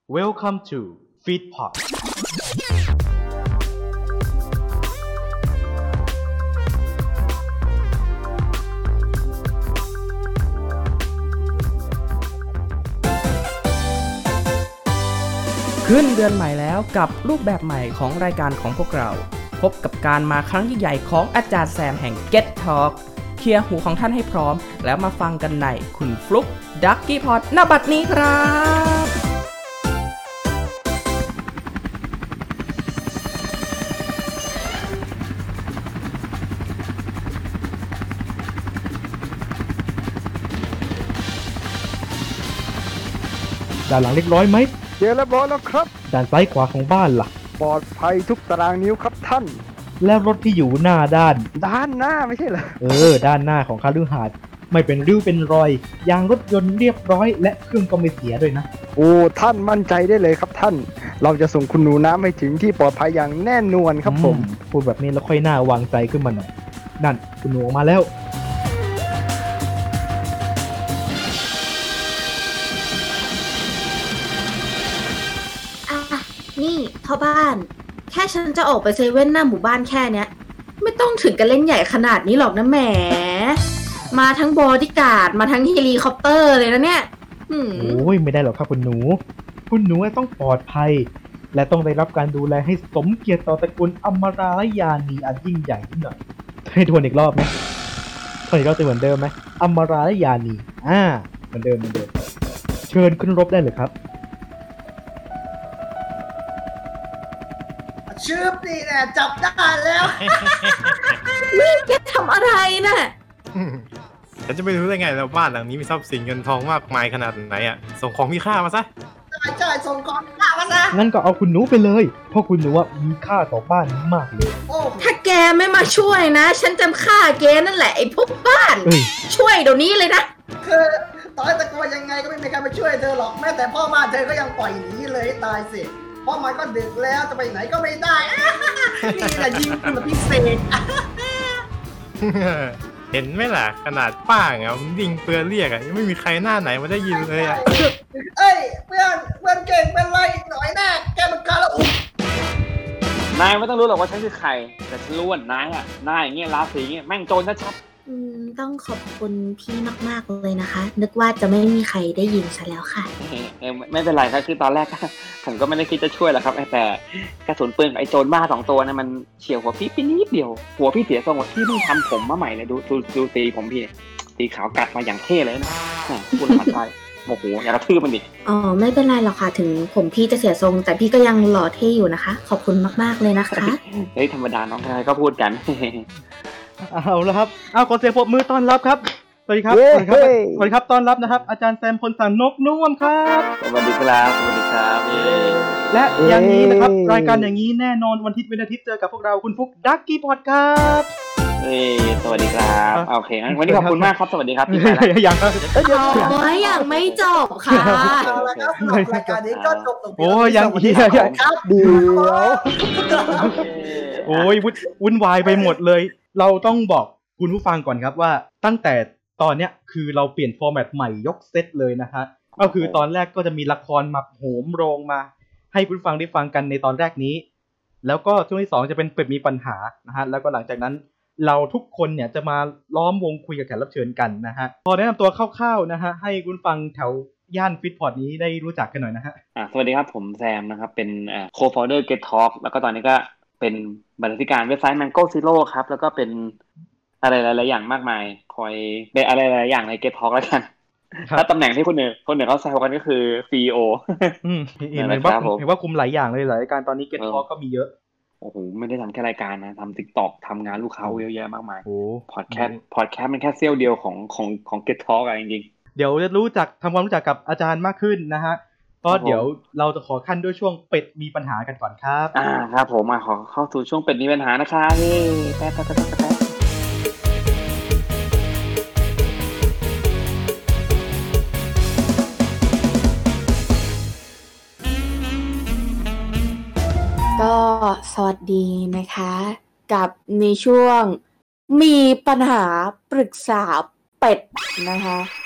Welcome to Feedpot ขึ้นเดือนใหม่แล้วกับรูปแบบใหม่ของรายการของพวกเราพบกับการมาครั้งยิ่งใหญ่ของอาจารย์แซมแห่ง Get Talk เคลียร์หูของท่านให้พร้อมแล้วมาฟังกันในคุณฟลุ๊กดักกี้พอดณบัดนี้ครับด้านหลังเรียบร้อยไหมเรียบร้อยแล้วครับด้านซ้ายขวาของบ้านล่ะปลอดภัยทุกตารางนิ้วครับท่านแล้วรถที่อยู่หน้าด้านหน้าไม่ใช่เหรอด้านหน้าของคฤหาสน์ไม่เป็นริ้วเป็นรอยยางรถยนต์เรียบร้อยและเครื่องก็ไม่เสียด้วยนะโอ้ท่านมั่นใจได้เลยครับท่านเราจะส่งคุณหนูน้ำไปถึงที่ปลอดภัยอย่างแน่นอนครับผมพูดแบบนี้แล้วค่อยน่าวางใจขึ้นมาหน่อยนั่นคุณหนูออกมาแล้วนี่พ่อบ้านแค่ฉันจะออกไปเซเว่นหน้าหมู่บ้านแค่เนี้ยไม่ต้องถึงกันเล่นใหญ่ขนาดนี้หรอกนะแหมมาทั้งบอดี้การ์ดมาทั้งเฮลิคอปเตอร์เลยนะเนี่ยโอ้ยไม่ได้หรอกครับคุณหนูต้องปลอดภัยและต้องได้รับการดูแลให้สมเกียรติต่อตระกูลอมราลยานีอันยิ่งใหญ่นิดหน่อยให้ทวนอีกรอบไหมทวนอีกรอบจะเหมือนเดิมไหมอมราลยานีเหมือนเดิมเชิญขึ้นรบได้เลยครับชื่อนี่แหละจับได้แล้วนี่แกทำอะไรน่ะฉันจะไม่รู้ได้ไงแล้วบ้านหลังนี้มีทรัพย์สินเงินทองมากมายขนาดไหนอ่ะส่งของมีค่ามาซะใช่ส่งของมีค่ามาซะงั้นก็เอาคุณหนูไปเลยเพราะคุณหนูว่ามีค่าต่อบ้านนี้มากเลยถ้าแกไม่มาช่วยนะฉันจะฆ่าแกนั่นแหละไอ้พวกบ้านช่วยเดี๋ยวนี้เลยนะคือต่อให้ตะโกนยังไงก็ไม่มีใครมาช่วยเธอหรอกแม้แต่พ่อบ้านเธอก็ยังปล่อยหนีเลยตายสิเพราะมันก็ดึกแล้วจะไปไหนก็ไม่ได้นี่แหละยิงคุณพิเศษเห็นไหมล่ะขนาดป้าไงมันยิงเปลือเรียกอ่ะยังไม่มีใครหน้าไหนมาได้ยินเลยอ่ะเอ้ยเพื่อนเก่งเป็นไรหน่อยแน่แกมันการละอุนายไม่ต้องรู้หรอกว่าฉันคือใครแต่ฉันรู้ว่านายอ่ะนายอย่างเงี้ยราศีเงี้ยแม่งโจรชัดต้องขอบคุณพี่มากๆเลยนะคะนึกว่าจะไม่มีใครได้ยินซะแล้วค่ะไม่เป็นไรครับคือตอนแรกผมก็ไม่ได้คิดจะช่วยหรอกครับแต่กระสุนปืนไอ้โจรบ้า2ตัวนะมันเฉี่ยวหัวพี่นิดเดียวหัวพี่เสียทรงว่าพี่เพิ่งทำผมมาใหม่เลยดูตีผมพี่ตีขาวกัดมาอย่างเท่เลยนะพูดมันได้โมโหอยากกระทืบมันดิไม่เป็นไรหรอกค่ะถึงผมพี่จะเสียทรงแต่พี่ก็ยังหล่อเท่อยู่นะคะขอบคุณมากๆเลยนะคะเฮ้ยธรรมดาน้องชายก็พูดกันเอาละครับขอเสียงปรบมือต้อนรับครับสวัสดีครับต้อนรับนะครับอาจารย์แซมพลสันนกนุ่มครับสวัสดีครับและอย่างนี้นะครับรายการอย่างนี้แน่นอนวันอาทิตย์เจอกับพวกเราคุณฟุกดักกี้พอดครับสวัสดีครับโอเคงั้นวันนี้ขอบคุณมากครับสวัสดีครับพี่ยังครับยังไม่จบค่ะแล้วก็รายการนี้ก็จบลงโอ้ยังครับเดี๋ยวโอ้ยวุ่นวายไปหมดเลยเราต้องบอกคุณผู้ฟังก่อนครับว่าตั้งแต่ตอนเนี้ยคือเราเปลี่ยนฟอร์แมตใหม่ยกเซตเลยนะฮะก็คือตอนแรกก็จะมีละครมาโหมโรงมาให้คุณผู้ฟังได้ฟังกันในตอนแรกนี้แล้วก็ช่วงที่2จะเป็นเป็ดมีปัญหานะฮะแล้วก็หลังจากนั้นเราทุกคนเนี่ยจะมาล้อมวงคุยกับแขกรับเชิญกันนะฮะพอแนะนำตัวคร่าวๆนะฮะให้คุณฟังแถวย่านฟิตพอร์ตนี้ได้รู้จักกันหน่อยนะฮะสวัสดีครับผมแซมนะครับเป็นco-founder Get Talk แล้วก็ตอนนี้ก็เป็นบรรณาธิการเว็บไซต์ Mango Zero ครับแล้วก็เป็นอะไรหลายๆอย่างมากมายคอยเป็นอะไรหลายๆอย่างใน Get Talk แล้วกันถ้าตำแหน่งที่คนอื่นเขาแซวกันก็คือ CEO เห็นว่าคุมหลายอย่างเลยหลายรายการตอนนี้ Get Talk ก็มีเยอะโอ้โหไม่ได้ทำแค่รายการนะทำ TikTok ทำงานลูกค้าเยอะแยะมากมายพอดแคสต์มันแค่เสี้ยวเดียวของ Get Talk จริงๆเดี๋ยวจะทำความรู้จักกับอาจารย์มากขึ้นนะฮะก็เดี๋ยวเราจะขอขั้นด้วยช่วงเป็ดมีปัญหากันก่อนครับครับผมขอเข้าสู่ช่วงเป็ดมีปัญหานะครับแป๊บก็สวัสดีนะคะกับในช่วงมีปัญหาปรึกษาเป็ดนะคะ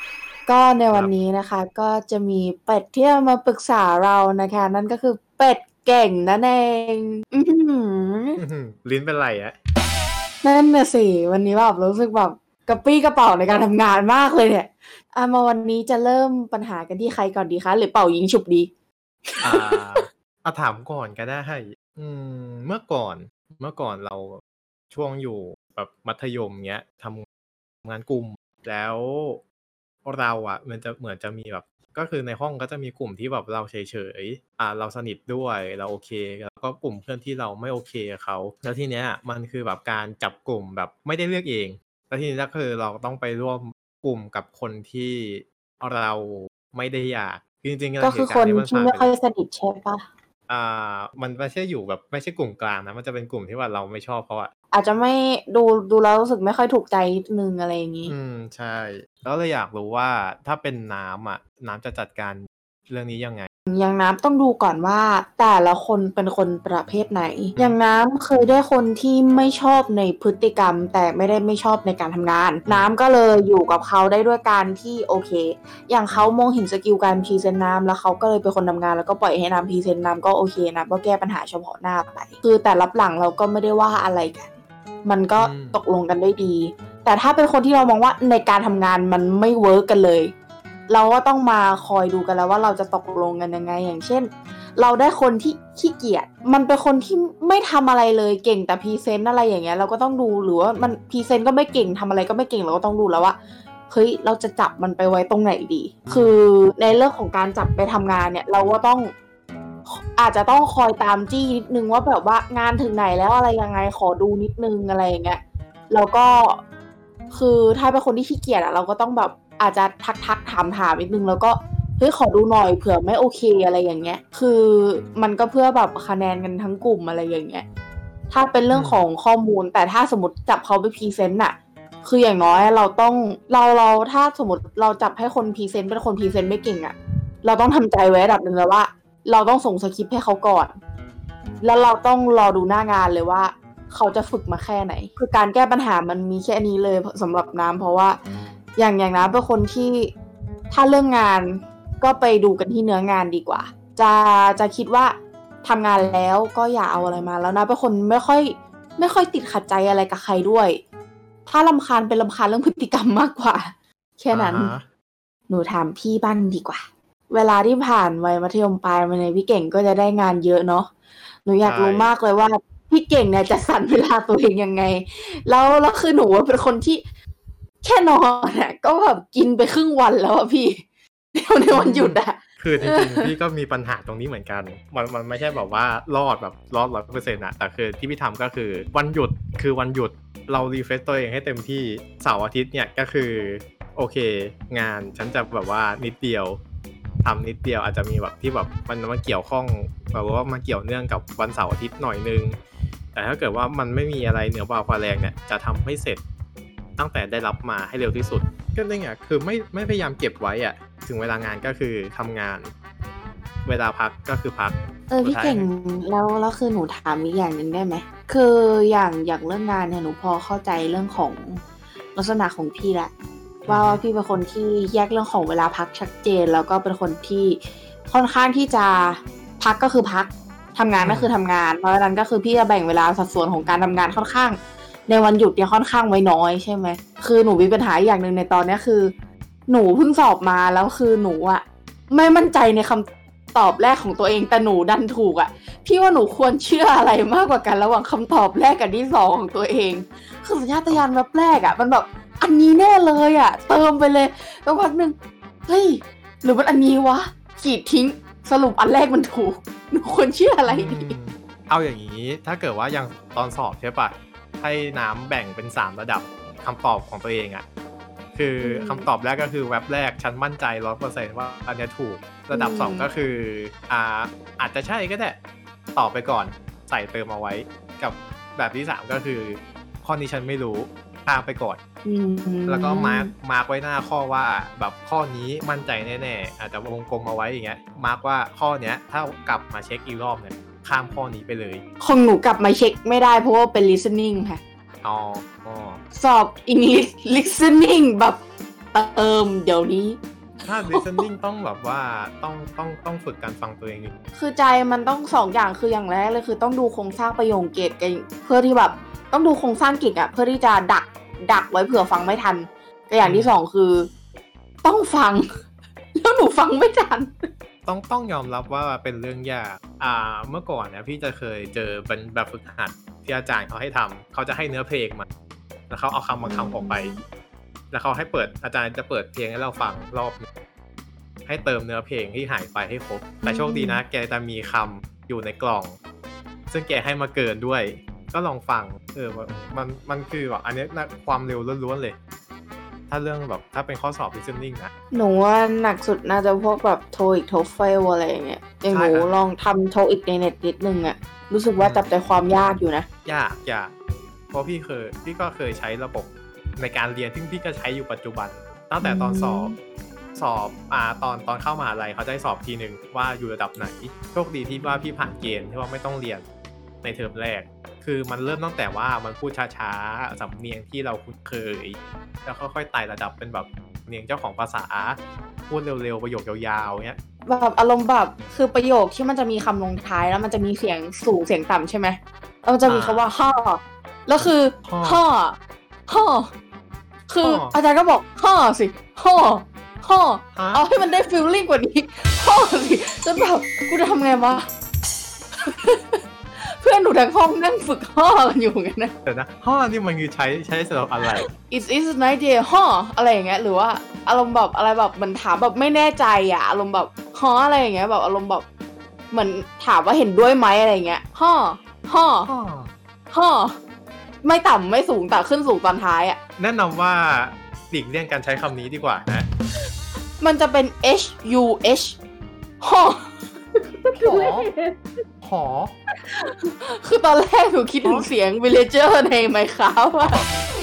ก็ในวันนี้นะคะก็จะมีเป็ดที่มาปรึกษาเรานะคะ นั่นก็คือเป็ดเก่งนั่นเองลิ้นเป็นไรอะนั่นน่ะสิวันนี้แบบรู้สึกแบบกระปี้กระเป๋าในการทำงานมากเลยเนี่ยมาวันนี้จะเริ่มปัญหากันที่ใครก่อนดีคะหรือเป่ายิงฉุบดีเอาถามก่อนก็ได้เมื่อก่อนเราช่วงอยู่แบบมัธยมเงี้ยทำงานกลุ่มแล้วเราอ่ะมันจะเหมือนจะมีแบบก็คือในห้องก็จะมีกลุ่มที่แบบเราเฉยๆเราสนิทด้วยเราโอเคแล้วก็กลุ่มเพื่อนที่เราไม่โอเคกับเขาแล้วทีเนี้ยมันคือแบบการจับกลุ่มแบบไม่ได้เลือกเองแล้วทีนี้ก็คือเราต้องไปร่วมกลุ่มกับคนที่เราไม่ได้อยากจริงๆก็คือคนที่ไม่ค่อยสนิทใช่ปะมันไม่ใช่อยู่แบบไม่ใช่กลุ่มกลางนะมันจะเป็นกลุ่มที่ว่าเราไม่ชอบเขาอาจจะไม่ดูแล้วรู้สึกไม่ค่อยถูกใจนึงอะไรอย่างนี้ใช่แล้วเลยอยากรู้ว่าถ้าเป็นน้ำจะจัดการเรื่องนี้ยังไงอย่างน้ำต้องดูก่อนว่าแต่ละคนเป็นคนประเภทไหนอย่างน้ำเคยได้คนที่ไม่ชอบในพฤติกรรมแต่ไม่ได้ไม่ชอบในการทำงานน้ำก็เลยอยู่กับเขาได้ด้วยการที่โอเคอย่างเขามองเห็นสกิลการพรีเซนต์น้ำแล้วเขาก็เลยเป็นคนทำงานแล้วก็ปล่อยให้น้ำพรีเซนต์น้ำก็โอเคน้ำก็แก้ปัญหาเฉพาะหน้าไปคือแต่รับหลังเราก็ไม่ได้ว่าอะไรกันมันก็ตกลงกันได้ดีแต่ถ้าเป็นคนที่เรามองว่าในการทำงานมันไม่เวิร์กกันเลยเราก็ต้องมาคอยดูกันแล้วว่าเราจะตกลงกันยังไงอย่างเช่นเราได้คนที่ขี้เกียจมันเป็นคนที่ไม่ทำอะไรเลยเก่งแต่พรีเซนต์อะไรอย่างเงี้ยเราก็ต้องดูหรือว่ามันพรีเซนต์ก็ไม่เก่งทำอะไรก็ไม่เก่งเราก็ต้องดูแล้วว่าเฮ้ยเราจะจับมันไปไว้ตรงไหนดีคือในเรื่องของการจับไปทำงานเนี่ยเราก็ต้องอาจจะต้องคอยตามจี้นิดนึงว่าแบบว่างานถึงไหนแล้วอะไรยังไงขอดูนิดนึงอะไรอย่างเงี้ยแล้วก็คือถ้าเป็นคนที่ขี้เกียจเราก็ต้องแบบอาจจะทักถามนิดนึงแล้วก็เฮ้ยขอดูหน่อยเผื่อไม่โอเคอะไรอย่างเงี้ยคือมันก็เพื่อแบบคะแนนกันทั้งกลุ่มอะไรอย่างเงี้ยถ้าเป็นเรื่องของข้อมูลแต่ถ้าสมมติจับเขาไปพรีเซนต์น่ะคืออย่างน้อยเราต้องเราถ้าสมมติเราจับให้คนพรีเซนต์เป็นคนพรีเซนต์ไม่เก่งอ่ะเราต้องทำใจไว้ระดับนึงแล้วว่าเราต้องส่งสคริปต์ให้เขาก่อนแล้วเราต้องรอดูหน้างานเลยว่าเขาจะฝึกมาแค่ไหนคือการแก้ปัญหามันมีแค่นี้เลยสำหรับน้ำเพราะว่าอย่างน้ำเป็นคนที่ถ้าเรื่องงานก็ไปดูกันที่เนื้องานดีกว่าจะคิดว่าทำงานแล้วก็อย่าเอาอะไรมาแล้วนะเป็นคนไม่ค่อยติดขัดใจอะไรกับใครด้วยถ้ารำคาญเป็นรำคาญเรื่องพฤติกรรมมากกว่าแค่นั้นหนูถามพี่บ้างดีกว่าเวลาที่ผ่านวัยมัธยมปลายมาเนี่ยพี่เก่งก็จะได้งานเยอะเนาะหนูอยากรู้มากเลยว่าพี่เก่งเนี่ยจะสั่นเวลาตัวเองยังไงแล้วคือหนูเป็นคนที่แค่นอนอ่ะก็แบบกินไปครึ่งวันแล้วอ่ะพี่ในวันหยุดอ่ะคือจริงๆพี่ก็มีปัญหาตรงนี้เหมือนกันมันไม่ใช่แบบว่ารอด 100% อะแต่คือที่พี่ทำก็คือวันหยุดเรารีเฟรชตัวเองให้เต็มที่เสาร์อาทิตย์เนี่ยก็คือโอเคงานฉันจะแบบว่านิดเดียวทำนิดเดียวอาจจะมีแบบที่แบบมันเกี่ยวข้องแบบว่ามันเกี่ยวเนื่องกับวันเสาร์อาทิตย์หน่อยนึงแต่ถ้าเกิดว่ามันไม่มีอะไรเหนือบ่ากว่าแรงเนี่ยจะทำให้เสร็จตั้งแต่ได้รับมาให้เร็วที่สุดก็นี่ไงคือไม่พยายามเก็บไว้อะถึงเวลางานก็คือทำงานเวลาพักก็คือพักพี่เก่งแล้วคือหนูถามอีกอย่างนึงได้ไหมคืออย่างเรื่องงานเนี่ยหนูพอเข้าใจเรื่องของลักษณะของพี่แหละว่าพี่เป็นคนที่แยกเรื่องของเวลาพักชัดเจนแล้วก็เป็นคนที่ค่อนข้างที่จะพักก็คือพักทำงานก็คือทำงานเพราะฉะนั้นก็คือพี่จะแบ่งเวลาสัดส่วนของการทำงานค่อนข้างในวันหยุดเนี่ยค่อนข้างไว้น้อยใช่ไหมคือหนูมีปัญหาอย่างนึงในตอนนี้คือหนูเพิ่งสอบมาแล้วคือหนูอะไม่มั่นใจในคำตอบแรกของตัวเองแต่หนูดันถูกอะพี่ว่าหนูควรเชื่ออะไรมากกว่ากันระหว่างคำตอบแรกกับที่สองของตัวเองคือสัญชาตญาณแบบแรกอะมันแบบอันนี้แน่เลยอะเติมไปเลยแล้วพักนึงเฮ้ยหรือมันอันนี้วะขีดทิ้งสรุปอันแรกมันถูกหนูควรเชื่ออะไรดีเอาอย่างนี้ถ้าเกิดว่ายังตอนสอบใช่ปะให้น้ำแบ่งเป็น3ระดับคำตอบของตัวเองอะคือคำตอบแรกก็คือแว็บแรกฉันมั่นใจ 100% ว่าอันนี้ถูกระดับ2ก็คืออาจจะใช่ก็ได้ตอบไปก่อนใส่เติมเอาไว้กับแบบที่3ก็คือข้อนี้ฉันไม่รู้ข้ามไปก่อนแล้วก็มาร์กไว้หน้าข้อว่าแบบข้อนี้มั่นใจแน่ๆอาจจะวงกลมเอาไว้อย่างเงี้ยมาร์กว่าข้อเนี้ยถ้ากลับมาเช็คอีกรอบเนี่ยข้ามข้อนี้ไปเลยของหนูกลับมาเช็คไม่ได้เพราะว่าเป็น listening ค่ะสอบ English listening แบบเดี๋ยวนี้ถ้า listening ต้องแบบว่าต้องฝึกการฟังตัวเองคือใจมันต้องสองอย่างคืออย่างแรกเลยคือต้องดูโครงสร้างประโยคเกตกันเพื่อที่แบบต้องดูโครงสร้างกิจอะเพื่อที่จะดักไว้เผื่อฟังไม่ทันก็อย่างที่สองคือต้องฟัง แล้วหนูฟังไม่ทันต้องยอมรับว่าเป็นเรื่องยากเมื่อก่อนเนี่ยพี่จะเคยเจอเป็นแบบฝึกหัดที่อาจารย์เขาให้ทำเขาจะให้เนื้อเพลงมาแล้วเขาเอาคำบางคำออกไปแล้วเขาให้เปิดอาจารย์จะเปิดเพลงให้เราฟังรอบให้เติมเนื้อเพลงที่หายไปให้ครบแต่โชคดีนะแกจะมีคำอยู่ในกล่องซึ่งแกให้มาเกินด้วยก็ลองฟังมันคือแบบอันนี้นะความเร็วล้วนๆเลยถ้าเรื่องแบบถ้าเป็นข้อสอบ listening นะหนูว่าหนักสุดน่าจะพวกแบบ TOEIC TOEFL อะไรอย่างเงี้ยอย่างหนูลองทำ TOEIC ในเน็ตนิดนึงอะรู้สึกว่าจับใจความยากอยู่นะยากเพราะพี่ก็เคยใช้ระบบในการเรียนซึ่งพี่ก็ใช้อยู่ปัจจุบันตั้งแต่ตอนสอบตอนเข้ามหาลัยเขาจะให้สอบทีนึงว่าอยู่ระดับไหนโชคดีที่ว่าพี่ผ่านเกณฑ์ที่ว่าไม่ต้องเรียนในเทอมแรกคือมันเริ่มตั้งแต่ว่ามันพูดช้าๆสำเนียงที่เราคุ้นเคยแล้วค่อยๆไต่ระดับเป็นแบบสำเนียงเจ้าของภาษาพูดเร็วๆประโยคยาวๆเงี้ยแบบอารมณ์แบบคือประโยคที่มันจะมีคำลงท้ายแล้วมันจะมีเสียงสูงเสียงต่ำใช่ไหมแล้วมันจะมีคำว่าฮ่อแล้วคือฮ่อคืออาจารย์ก็บอกฮ่อสิฮ่อเอาให้มันได้ฟีลลิ่งกว่านี้ฮ่อสิจนแบบกูจะทำไงวะเพื่อนหนูทั้งห้องนั่งฝึกฮ่อกันอยู่กันนะเดี๋ยวนะฮ่อนี่มันคือใช้สำหรับอะไร It's a nice day ฮ่ออะไรอย่างเงี้ยหรือว่าอารมณ์แบบอะไรแบบมันถามแบบไม่แน่ใจอ่ะอารมณ์แบบฮ่ออะไรอย่างเงี้ยแบบอารมณ์แบบเหมือนถามว่าเห็นด้วยไหมอะไรอย่างเงี้ยฮ่อไม่ต่ำไม่สูงแต่ขึ้นสูงตอนท้ายอ่ะแนะนำว่าหลีกเลี่ยงการใช้คำนี้ดีกว่านะมันจะเป็น HUH ฮ่อคือตอนแรกหนูคิดถึงเสียง Villager ใน Minecraft อ่ะ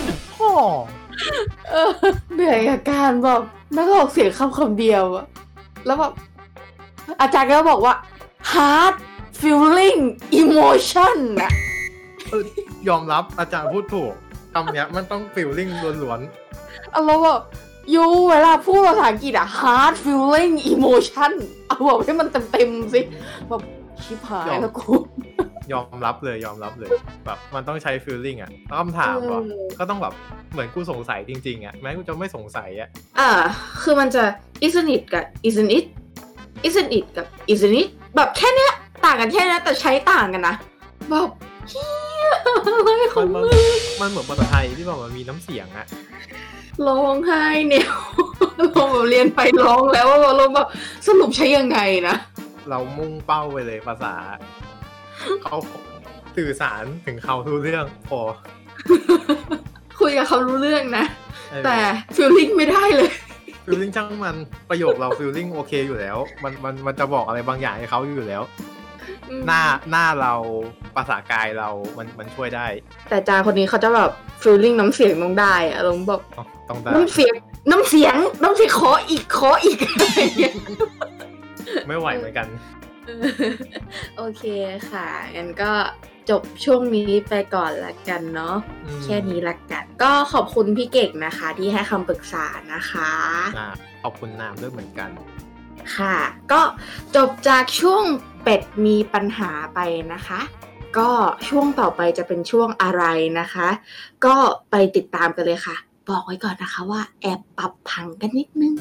เหนื่อยกับการแบบนักออกเสียงคำเดียวอะแล้วแบบอาจารย์ก็บอกว่า heart feeling emotion อะยอมรับอาจารย์พูดถูกคำเนี้ยมันต้อง feeling ล้วนๆแล้วแบบยูเวลาพูดภาษาอังกฤษอะ heart feeling emotion เอาบอกให้มันเต็มๆสิแบบชิบหายแล้วกูยอมรับเลยแบบมันต้องใช้ feeling อ่ะคำถามก็ต้องแบบเหมือนกูสงสัยจริงๆอ่ะแม้กูจะไม่สงสัยอ่ะคือมันจะ isn't it กับ isn't it กับ isn't it แบบแค่เนี้ยต่างกันแค่นี้แต่ใช้ต่างกันนะแบบอะไรของมึงมันเหมือนภาษาไทยที่แบบมันมีน้ำเสียงอ่ะร้องไห้เนี่ยเราแบบเรียนไปร้องแล้วว่าเราแบบสรุปใช้ยังไงนะเรามุ่งเป้าไปเลยภาษาเขาสื่อสารถึงเขารู้เรื่องพอคุยกับเขารู้เรื่องนะแต่ฟีลลิ่งไม่ได้เลยฟีลลิ่งช่างมันประโยคเราฟีลลิ่งโอเคอยู่แล้วมันจะบอกอะไรบางอย่างให้เขาอยู่แล้วหน้าเราภาษากายเรามันช่วยได้แต่จาคนนี้เขาจะแบบฟีลลิ่งน้ำเสียงต้องได้อะลงแบบต้องได้น้ำเสียงขออีกอะไรอย่างเงี้ยไม่ไหวเหมือนกันโอเคค่ะงั้นก็จบช่วงนี้ไปก่อนละกันเนาะแค่นี้ละกันก็ขอบคุณพี่เก่งนะคะที่ให้คำปรึกษานะคะขอบคุณน้ำด้วยเหมือนกันค่ะก็จบจากช่วงเป็ดมีปัญหาไปนะคะก็ช่วงต่อไปจะเป็นช่วงอะไรนะคะก็ไปติดตามกันเลยค่ะบอกไว้ก่อนนะคะว่าแอบปรับผังกันนิดนึง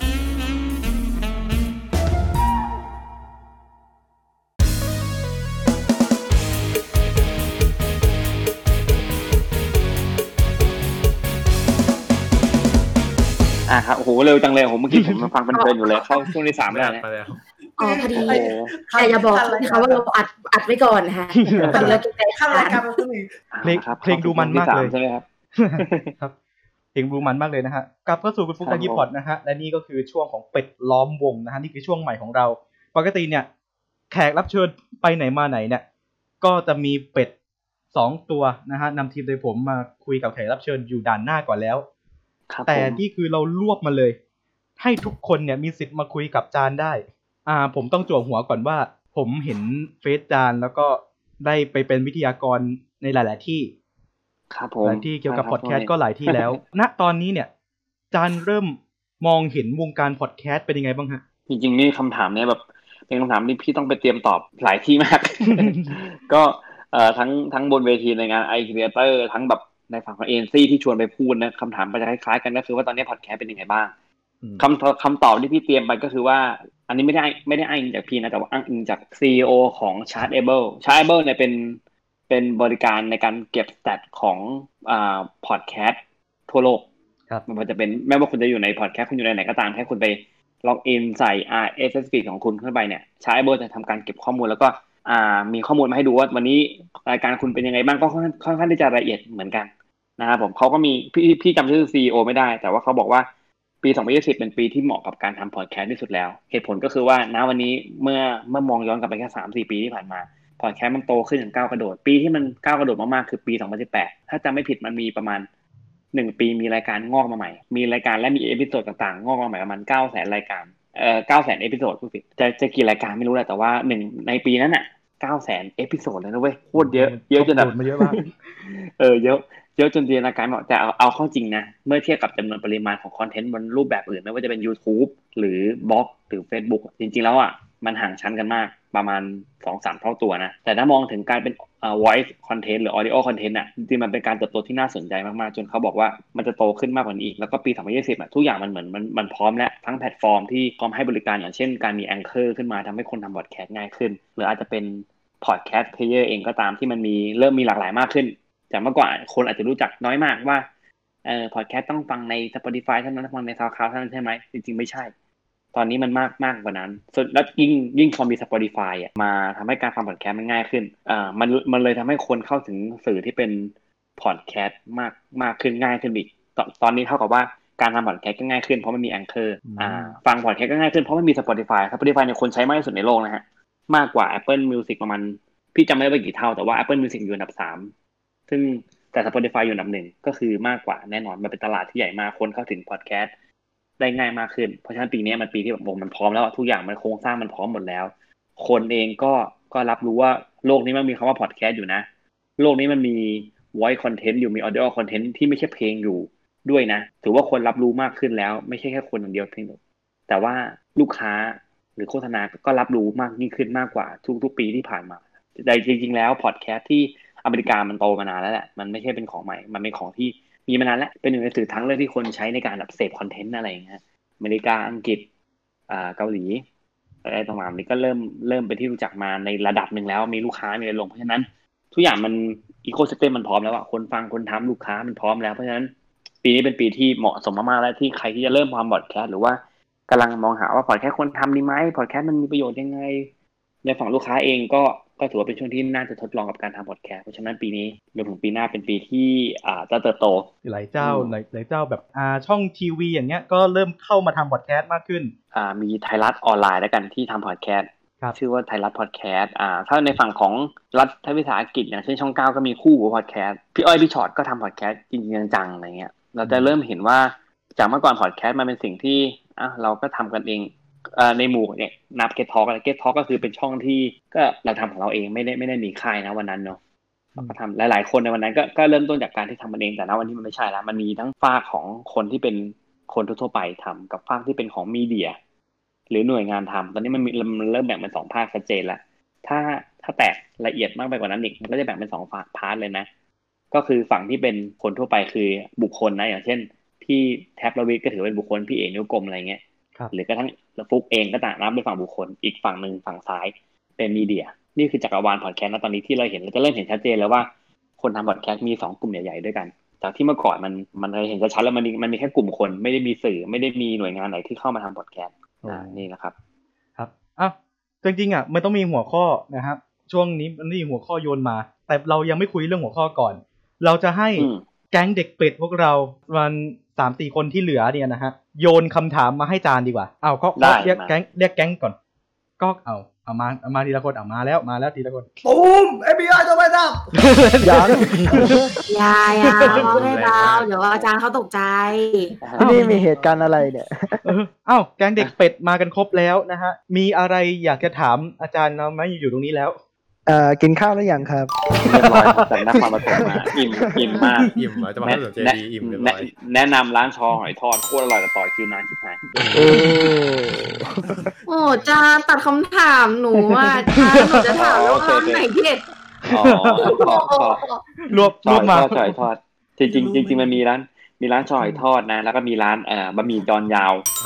ครับโอ้โหเร็วจังเลยโอ้โหเมื่อกี้ผมฟังเพลินๆอยู่เลยเข้าช่วงที่3แล้วเนี่ยพอดีแต่อย่าบอกนะคะว่าเราอัดไว้ก่อนนะคะแต่เราจะเข้ารายการมาซึ่งเพลงดูมันมากเลยใช่ไหมครับครับเพลงดูมันมากเลยนะฮะกลับเข้าสู่คุณฟุกกี้พอดนะฮะและนี่ก็คือช่วงของเป็ดล้อมวงนะฮะนี่คือช่วงใหม่ของเราปกติเนี่ยแขกรับเชิญไปไหนมาไหนเนี่ยก็จะมีเป็ด2ตัวนะฮะนำทีมโดยผมมาคุยกับแขกรับเชิญอยู่ด่านหน้าก่อนแล้วแต่นี่คือเรารวบมาเลยให้ทุกคนเนี่ยมีสิทธิ์มาคุยกับจานได้ผมต้องจั่วหัวก่อนว่าผมเห็นเฟซจานแล้วก็ได้ไปเป็นวิทยากรในหลายๆที่ครับผมหลายที่เกี่ยวกับพอดแคสต์ก็หลายที่แล้วณตอนนี้เนี่ยจานเริ่มมองเห็นวงการพอดแคสต์เป็นยังไงบ้างฮะจริงๆนี่คำถามเนี้ยแบบเป็นคำถามที่พี่ต้องไปเตรียมตอบหลายที่มาก ก็ทั้งบนเวทีในงาน iCreator ทั้งแบบในฝั่งของเอ็นซีที่ชวนไปพูดนะคำถามมันจะคล้ายๆกันก็คือว่าตอนนี้พอดแคสต์เป็นยังไงบ้างคำตอบที่พี่เตรียมไปก็คือว่าอันนี้ไม่ได้อ้างอิงจากพี่นะแต่ว่าอ้างอิงจาก CEO ของ Chartable เนี่ยเป็นบริการในการเก็บสแตทของพอดแคสต์ทั่วโลกมันจะเป็นแม้ว่าคุณจะอยู่ในพอดแคสต์คุณอยู่ในไหนก็ตามแค่คุณไปล็อกอินใส่ RSS feed ของคุณเข้าไปเนี่ย Chartable จะทำการเก็บข้อมูลแล้วก็มีข้อมูลมาให้ดูว่าวันนี้รายการคุณเป็นยังไงบ้างก็ค่อนข้างที่จะละเอียดเหมือนกันนะครับผมเขาก็มีพี่จำชื่อ CEO ไม่ได้แต่ว่าเขาบอกว่าปี2020เป็นปีที่เหมาะกับการทำพอดแคสต์ที่สุดแล้วเหตุผลก็คือว่าณวันนี้เมื่อมองย้อนกลับไปแค่ 3-4 ปีที่ผ่านมาพอดแคสต์มันโตขึ้นอย่างก้าวกระโดดปีที่มันก้าวกระโดดมากๆคือปี2018ถ้าจำไม่ผิดมันมีประมาณ1 ปีมีรายการงอกมาใหม่มีรายการและมีเอพิโซดต่างๆงอกมาใหม่ประมาณ 900,000 รายการ900,000 เอพิโซดผู้ผิดจะกี่รายการไม่รู้แหละแต่ว่าในปีนั้นน่ะ900,000 เอพิโซดเลยนะเว้ยโคตรเยอะจนแบบเยอะมากเยอะจนจินตนาการไม่ออกแต่เอาเข้าจริงนะเมื่อเทียบกับจำนวนปริมาณของคอนเทนต์บนรูปแบบอื่นไม่ว่าจะเป็น YouTube หรือบล็อกหรือ Facebook จริงๆแล้วอ่ะมันห่างชั้นกันมากประมาณ 2-3 เท่าตัวนะแต่ถ้ามองถึงการเป็นvoice content หรือ audio content อ่ะจริงๆมันเป็นการเติบโตที่น่าสนใจมากๆจนเขาบอกว่ามันจะโตขึ้นมากกว่านี้อีกแล้วก็ปี2020อ่ะทุกอย่างมันเหมือนมันพร้อมแล้วทั้งแพลตฟอร์มที่พร้อมให้บริการอย่างเช่นการมี Anchor ขึ้นมาทำให้คนทำพอดแคสต์ง่ายขึ้นหรืออาจจะเป็นพอดแคสต์เพลเยอร์เองก็ตามที่มันเริ่มมีหลากหลายมากขึ้นจากเมื่อก่อนคนอาจจะรู้จักน้อยมากว่าพอดแคสต์ต้องฟังใน Spotify เท่านั้นฟังใน SoundCloud เท่านั้นใช่ไหมจริงๆไม่ใช่ตอนนี้มันมากกว่านั้นแล้วยิ่งพอมี Spotify อ่ะมาทำให้การฟังพอดแคสต์มันง่ายขึ้นมันเลยทำให้คนเข้าถึงสื่อที่เป็นพอดแคสต์มากขึ้นง่ายขึ้นอีกตอนนี้เท่ากับว่าการทำพอดแคสต์ก็ง่ายขึ้นเพราะมันมี Anchor ฟังพอดแคสต์ก็ง่ายขึ้นเพราะมันมี Spotify เนี่ยคนใช้มากที่สุดในโลกนะฮะมากกว่า Apple Music ประมาณพี่จำไม่ได้ว่ากี่เท่าแต่ว่า Apple Music อยู่อันดับ3ซึ่งแต่ Spotify อยู่อันดับ1ก็คือมากกว่าแน่นอนมันเป็นตลาดที่ใหญ่มากคนเข้าถึงพอดแคสต์ได้ง่ายมากขึ้นเพราะฉะนั้นปีนี้มันปีที่แบบมันพร้อมแล้วทุกอย่างมันโครงสร้างมันพร้อมหมดแล้วคนเองก็รับรู้ว่าโลกนี้มันมีคำว่าพอดแคสต์อยู่นะโลกนี้มันมี voice content อยู่มี audio content ที่ไม่ใช่เพลงอยู่ด้วยนะถือว่าคนรับรู้มากขึ้นแล้วไม่ใช่แค่คนอย่างเดียวเพียงแต่ว่าลูกค้าหรือโฆษณาก็รับรู้มากยิ่งขึ้นมากกว่าทุกปีที่ผ่านมาแต่จริงๆแล้วพอดแคสต์ที่อเมริกามันโตมานานแล้วแหละมันไม่ใช่เป็นของใหม่มันเป็นของที่มีมานานแล้วเป็นหนึ่งในสื่อทั้งเรื่องที่คนใช้ในการแบบเสพคอนเทนต์อะไรอย่างเงี้ยอเมริกาอังกฤษเกาหลีอะไรต่างๆนี้ก็เริ่มเป็นที่รู้จักมาในระดับหนึ่งแล้วมีลูกค้ามีอะไรลงเพราะฉะนั้นทุกอย่างมันอีโคซิสเต็มมันพร้อมแล้วอะคนฟังคนทำลูกค้ามันพร้อมแล้วเพราะฉะนั้นปีนี้เป็นปีที่เหมาะสมมากๆแล้วที่ใครที่จะเริ่มทำพอดแคสต์หรือว่ากำลังมองหาว่าพอดแคสต์คนทำดีไหมพอดแคสต์มันมีประโยชน์ยังไงในฝั่งลูกค้าเองก็ถือว่าเป็นช่วงที่น่าจะทดลองกับการทำพอดแคสต์เพราะฉะนั้นปีนี้รวมถึงปีหน้าเป็นปีที่จะเติบโตหลายเจ้าแบบช่องทีวีอย่างเงี้ยก็เริ่มเข้ามาทำพอดแคสต์มากขึ้นมีไทยรัฐออนไลน์แล้วกันที่ทำพอดแคสต์ชื่อว่าไทยรัฐพอดแคสต์ถ้าในฝั่งของรัฐวิสาหกิจอย่างเช่นช่อง9ก็มีคู่หูพอดแคสต์พี่อ้อยพี่ชอตก็ทำพอดแคสต์จริงๆจังๆอะไรเงี้ยเราจะเริ่มเห็นว่าจากเมื่อก่อนพอดแคสต์มันเป็นสิ่งที่เราก็ทำกันเองในหมู่เนี่ยนับเก็ตทอล์กอะไรเก็ตทอล์กก็คือเป็นช่องที่ก็เราทำของเราเองไม่ได้มีค่ายนะวันนั้นเนาะเราก็ทำหลายๆคนในวันนั้นก็เริ่มต้นจากการที่ทำมันเองแต่ณวันนี้มันไม่ใช่แล้วมันมีทั้งฝ้าของคนที่เป็นคนทั่วไปทำกับฝ้าที่เป็นของมีเดียหรือหน่วยงานทำตอนนี้มันเริ่มแบ่งเป็น2ภาคชัดเจนแล้วถ้าแตกละเอียดมากไปกว่านั้นอีกมันก็จะแบ่งเป็น2พาร์ทเลยนะก็คือฝั่งที่เป็นคนทั่วไปคือบุคคลนะอย่างเช่นพี่แท็บละวิทก็ถือเป็นบุคคลพี่เอกนิ้วกลมอะไรเงี้ยหรือกระทั่งฟุกเองก็ต่างนับเป็นฝั่งบุคคลอีกฝั่งหนึ่งฝั่งซ้ายเป็นมีเดียนี่คือจักรวาลพอดแคสต์นะตอนนี้ที่เราเห็นเราจะเริ่มเห็นชัดเจนแล้วว่าคนทำพอดแคสต์มี2กลุ่มใหญ่ๆด้วยกันจากที่เมื่อก่อนมันเห็นชัดแล้วมันมีแค่กลุ่มคนไม่ได้มีสื่อไม่ได้มีหน่วยงานไหนที่เข้ามาทำพอดแคสต์นี่นะครับครับจริงๆมันต้องมีหัวข้อนะครับช่วงนี้มันมีหัวข้อโยนมาแต่เรายังไม่คุยเรื่องหัวข้อก่อนเราจะให้แก๊งเด็กเป็ดพวกเราวัน 3-4 คนที่เหลือเนี่ยนะฮะโยนคำถามมาให้จานดีกว่าก็เรียกแก๊งก่อนก็เอามาทีละคนมาแล้วทีละคนตูม FBI ตัวไม่ทราบอย่าร้องให้เราเดี๋ยวอาจารย์เขาตกใจนี่มีเหตุการณ์อะไรเนี่ยแก๊งเด็กเป็ดมากันครบแล้วนะฮะมีอะไรอยากจะถามอาจารย์เราไหมอยู่ตรงนี้แล้วกินข้าวแล้วยังครับเรียบร้อยครับจากนครปฐมมาอิ่มมากอิ่มเหรอจะมาให้สนใจดีอิ่มเรียบร้อยแนะนำร้านชอหอยทอดโคตรอร่อยแต่ต่อคิวนานชิบหายโอ้จานตัดคำถามหนูอ่ะจานหนูจะถามแล้วว่าร้านไหนเด็ดอ๋อรวบมาชอหอยทอดจริงมันมีร้านชอหอยทอดนะแล้วก็มีร้านบะหมี่จอนยาว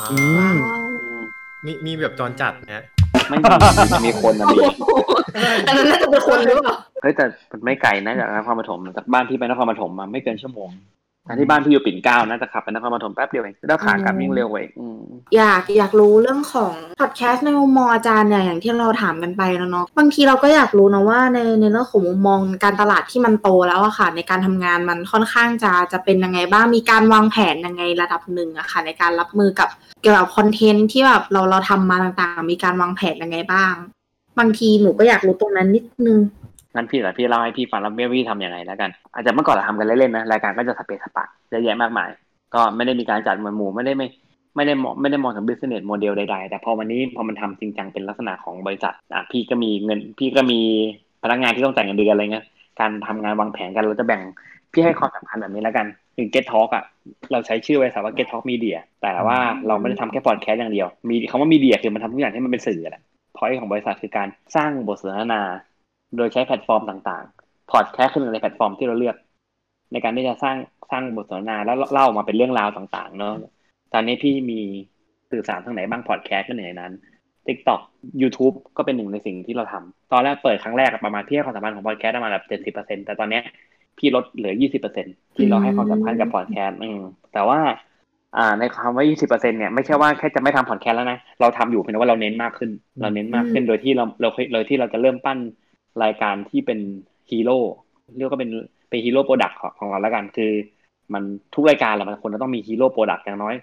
มีแบบจรจัดนะไม่มีคนนะมีอันนั้นน่าจะเป็นคนหรือเปล่าเฮ้ยแต่มันไม่ไกลนะจากนครปฐมจากบ้านพี่ไปนครปฐมมาไม่เกินชั่วโมงที่บ้านพี่อยู่ปิ่นเกล้านะแต่ขับไปนครปฐมแป๊บเดียวเองแล้วขากลับยิ่งเร็วกว่าอีกอยากรู้เรื่องของพอดแคสต์ในมุมมองอาจารย์เนี่ยอย่างที่เราถามกันไปแล้วเนาะบางทีเราก็อยากรู้นะว่าในเรื่องของมุมมองการตลาดที่มันโตแล้วอะค่ะในการทำงานมันค่อนข้างจะเป็นยังไงบ้างมีการวางแผนยังไงระดับหนึ่งอะค่ะในการรับมือกับเกี่ยวกับคอนเทนต์ที่แบบเราทำมาต่างๆมีการวางแผนยังไงบ้างบางทีหนูก็อยากรู้ตรงนั้นนิดนึงงั้นพี่เล่าให้พี่ฟังแล้วพี่ทำยังไงแล้วกันอาจจะเมื่อก่อนเราทำกันเล่นๆนะรายการก็จะสเปซสปะเยอะแยะมากมายก็ไม่ได้มีการจัดหมู่ไม่ได้มองถึง business model ใดๆแต่พอวันนี้พอมันทำจริงจังเป็นลักษณะของบริษัทพี่ก็มีเงินพี่ก็มีพนักงานที่ต้องจ่ายเงินเดือนอะไรเงี้ยการทำงานวางแผนกันเราจะแบ่งพี่ให้ความสำคัญแบบนี้แล้วกันอย่าง Get Talk เราใช้ชื่อไว้ว่า Get Talk Media แต่ว่าเราไม่ได้ทำแค่พอดแคสต์อย่างเดียวมีคำว่า Media คือมันทำทุกอย่างที่มันเป็นสื่อแหละpoint ของบริษัทคือการสร้างบทสนทนาโดยใช้แพลตฟอร์มต่างๆพอดแคสต์ขึ้นในแพลตฟอร์มที่เราเลือกในการที่จะสร้างบทสนทนาแล้วเล่ามาเป็นเรื่องราวต่างๆเนาะตอนนี้พี่มีสื่อสารทางไหนบ้างพอดแคสต์ก็หนึ่งในนั้น TikTok YouTube ก็เป็นหนึ่งในสิ่งที่เราทำตอนแรกเปิดครั้งแรกประมาณพี่ให้ความสำคัญของพอดแคสต์ประมาณแบบ 70% แต่ตอนนี้พี่ลดเหลือ 20% ที่เราให้ความสำคัญกับพอดแคสต์แต่ว่าในคำว่า 20% เนี่ยไม่ใช่ว่าแค่จะไม่ทำพอดแคสต์แล้วนะเราทำอยู่เพียงแต่ว่าเราเน้นมากขึ้นโดยที่เราจะเริ่มปั้นรายการที่เป็นฮีโร่เรียกว่าเป็นฮีโร่โปรดักต์ของเราแล้วกันคือมันทุกรายการมันควรจะต้องมีฮีโร่โปรดักต์อย่างน้อย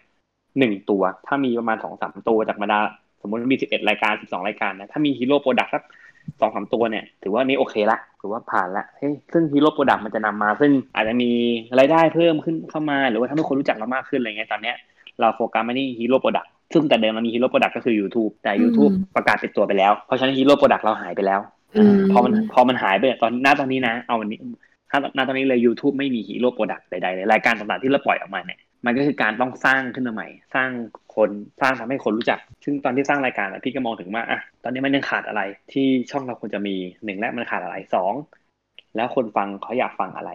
1ตัวถ้ามีประมาณ 2-3 ตัวจากบรรดาสมมติมี11รายการ12รายการนะถ้ามีฮีโร่โปรดักต์สัก 2-3 ตัวเนี่ยถือว่านี่โอเคละถือว่าผ่านละซึ่งฮีโร่โปรดักต์มันจะนำมาซึ่งอาจจะมีรายได้เพิ่มขึ้นเข้ามาหรือว่าทำให้คนรู้จักเรามากขึ้นอะไรเงี้ยตอนเนี้ยเราโฟกัสมาที่ฮีโร่โปรดักต์ซึ่งแต่เดิมมันมีฮีโร่โปรดักต์ก็คือ YouTube แต่ YouTube ประกาศปิดตัวไปแล้วเพราะฉะนั้นฮีโร่โปรดักต์เราหายไปแล้วพอมันหายไปตอนนี้นะเอาวันนี้ถ้าตอนนี้เลย YouTube ไม่มีฮีโร่โปรดักต์ใดๆเลยรายการต่างๆที่เราปล่อยออกมาเนี่ยมันก็คือการต้องสร้างขึ้นมาใหม่สร้างทำให้คนรู้จักซึ่งตอนที่สร้างรายการพี่ก็มองถึงว่าตอนนี้มันยังขาดอะไรที่ช่องเราควรจะมี1และมันขาดอะไร2แล้วคนฟังเขาอยากฟังอะไร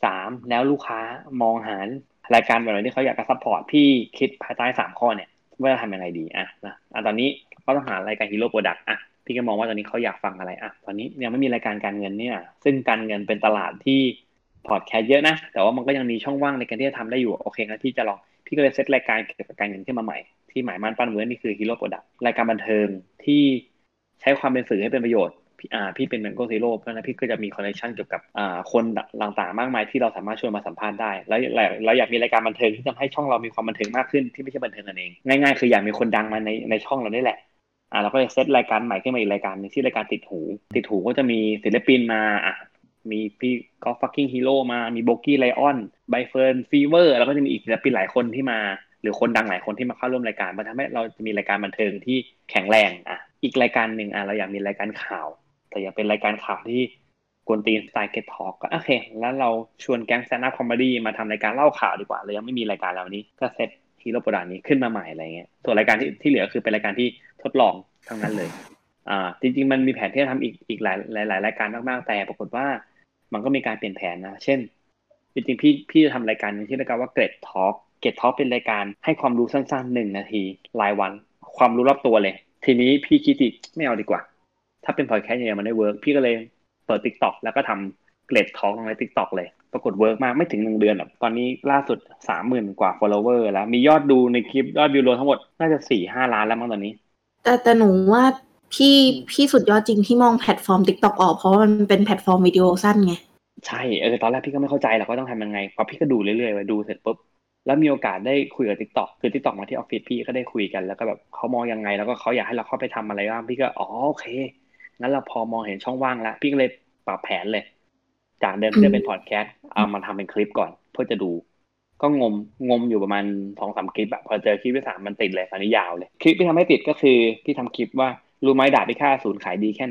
3แล้วลูกค้ามองหารายการแบบไหนที่เขาอยากจะซัพพอร์ตพี่คิดภายใต้3ข้อเนี่ยว่าจะทำยังไงดีตอนนี้เขาต้องหารายการฮีโร่โปรดักต์พี่ก็มองว่าตอนนี้เขาอยากฟังอะไรตอนนี้ยังไม่มีรายการการเงินเนี่ยซึ่งการเงินเป็นตลาดที่พอดแคสต์เยอะนะแต่ว่ามันก็ยังมีช่องว่างในการที่จะทำได้อยู่โอเคงั้นพี่จะลองพี่ก็เลยเซตรายการเกี่ยวกับการเงินขึ้นมาใหม่ที่หมายมั่นปั้นมือนี่คือฮีโร่โปรดักต์รายการบันเทิงที่ใช้ความเป็นสื่อให้เป็นประโยชน์พี่เป็นแมงโก้ซีโร่เพราะฉะนั้นพี่ก็จะมีคอนเนคชั่นเกี่ยวกับคนต่างๆมากมายที่เราสามารถชวนมาสัมภาษณ์ได้แล้วเราอยากมีรายการบันเทิงที่ทำให้ช่องเรามีความบันเทิงมากขึ้นที่ไม่ใช่บันเทิงกันเองง่ายๆคืออยากมีคนดังมาในช่องเราได้แหละเราก็เลยเซตรายการใหม่ขึ้นมาอีกรายการนึงที่รายการติดหูก็จะมีศิลปินมามีพี่กอล์ฟฟักกิ้งฮีโร่มามีโบกี้ไลออนใบเฟิร์นฟีเวอร์แล้วก็จะมีอีกศิลปินหลายคนที่มาหรือคนดังหลายคนที่มาเข้าร่วมรายการมันทำให้เราจะมีรายการบันเทิงที่แข็งแรงอีกรายการหนึ่งเราอยากมีรายการข่าวแต่อยากเป็นรายการข่าวที่กวนตีนสไตล์เก็ตทอล์กก็โอเคแล้วเราชวนแก๊งสแตนด์อัพคอมเมดี้มาทำรายการเล่าข่าวดีกว่าเลยยังไม่มีรายการแล้วนี้ก็เซตฮีโร่โปรดักต์นี้ขึ้นมาใหม่อะไรเงี้ยส่วนรายการที่เหลือคือเป็นรายการที่ทดลองทั้งนั้นเลยจริงๆมันมีแผนที่จะทำอีกหลายรายการมากๆแต่ปรากฏว่ามันก็มีการเปลี่ยนแผนนะเช่นจริงๆพี่จะทำรายการนึงที่เรียกว่าเกรดทอล์กเป็นรายการให้ความรู้สั้นๆ1 นาทีรายวันความรู้รอบตัวเลยทีนี้พี่คิดอีกไม่เอาดีกว่าถ้าเป็นพอดแคสต์เนี่ยมันได้เวิร์กพี่ก็เลยเปิด TikTok แล้วก็ทำเกรดทอล์กใน TikTok เลยปรากฏเวิร์กมากไม่ถึง1 เดือนตอนนี้ล่าสุด 30,000 กว่า follower แล้วมียอดดูในคลิปยอดวิวรวมทั้งหมดน่าจะ 4-5 ล้านแล้วมั้งตอนนี้แต่หนูว่าพี่สุดยอดจริงที่มองแพลตฟอร์ม TikTok ออกเพราะมันเป็นแพลตฟอร์มวิดีโอสั้นไงใช่ตอนแรกพี่ก็ไม่เข้าใจหรอกว่าต้องทำยังไงพอพี่ก็ดูเรื่อยๆไปดูเสร็จปุ๊บแล้วมีโอกาสได้คุยกับ TikTok คือ TikTok มาที่ออฟฟิศพี่ก็ได้คุยกันแล้วก็แบบเขามองยังไงแล้วก็เขาอยากให้เราเข้าไปทำอะไรบ้างพี่ก็โอเคงั้นเราพอมองเห็นช่องว่างแล้วพี่ก็เลยปรับแผนเลยจากเดิมที่จะเป็นพอดแคสต์เอามาทำเป็นคลิปก่อนเพื่อจะดูก็งมอยู่ประมาณ 2-3 คลิปพอเจอคลิปที่3มันติดเลยตอนนี้ยาวเลยคลิปที่ทำให้ติดก็คือพี่ทำคลิปว่ารู้ไหมดาบพิฆาตอสูรขายดีแค่ไหน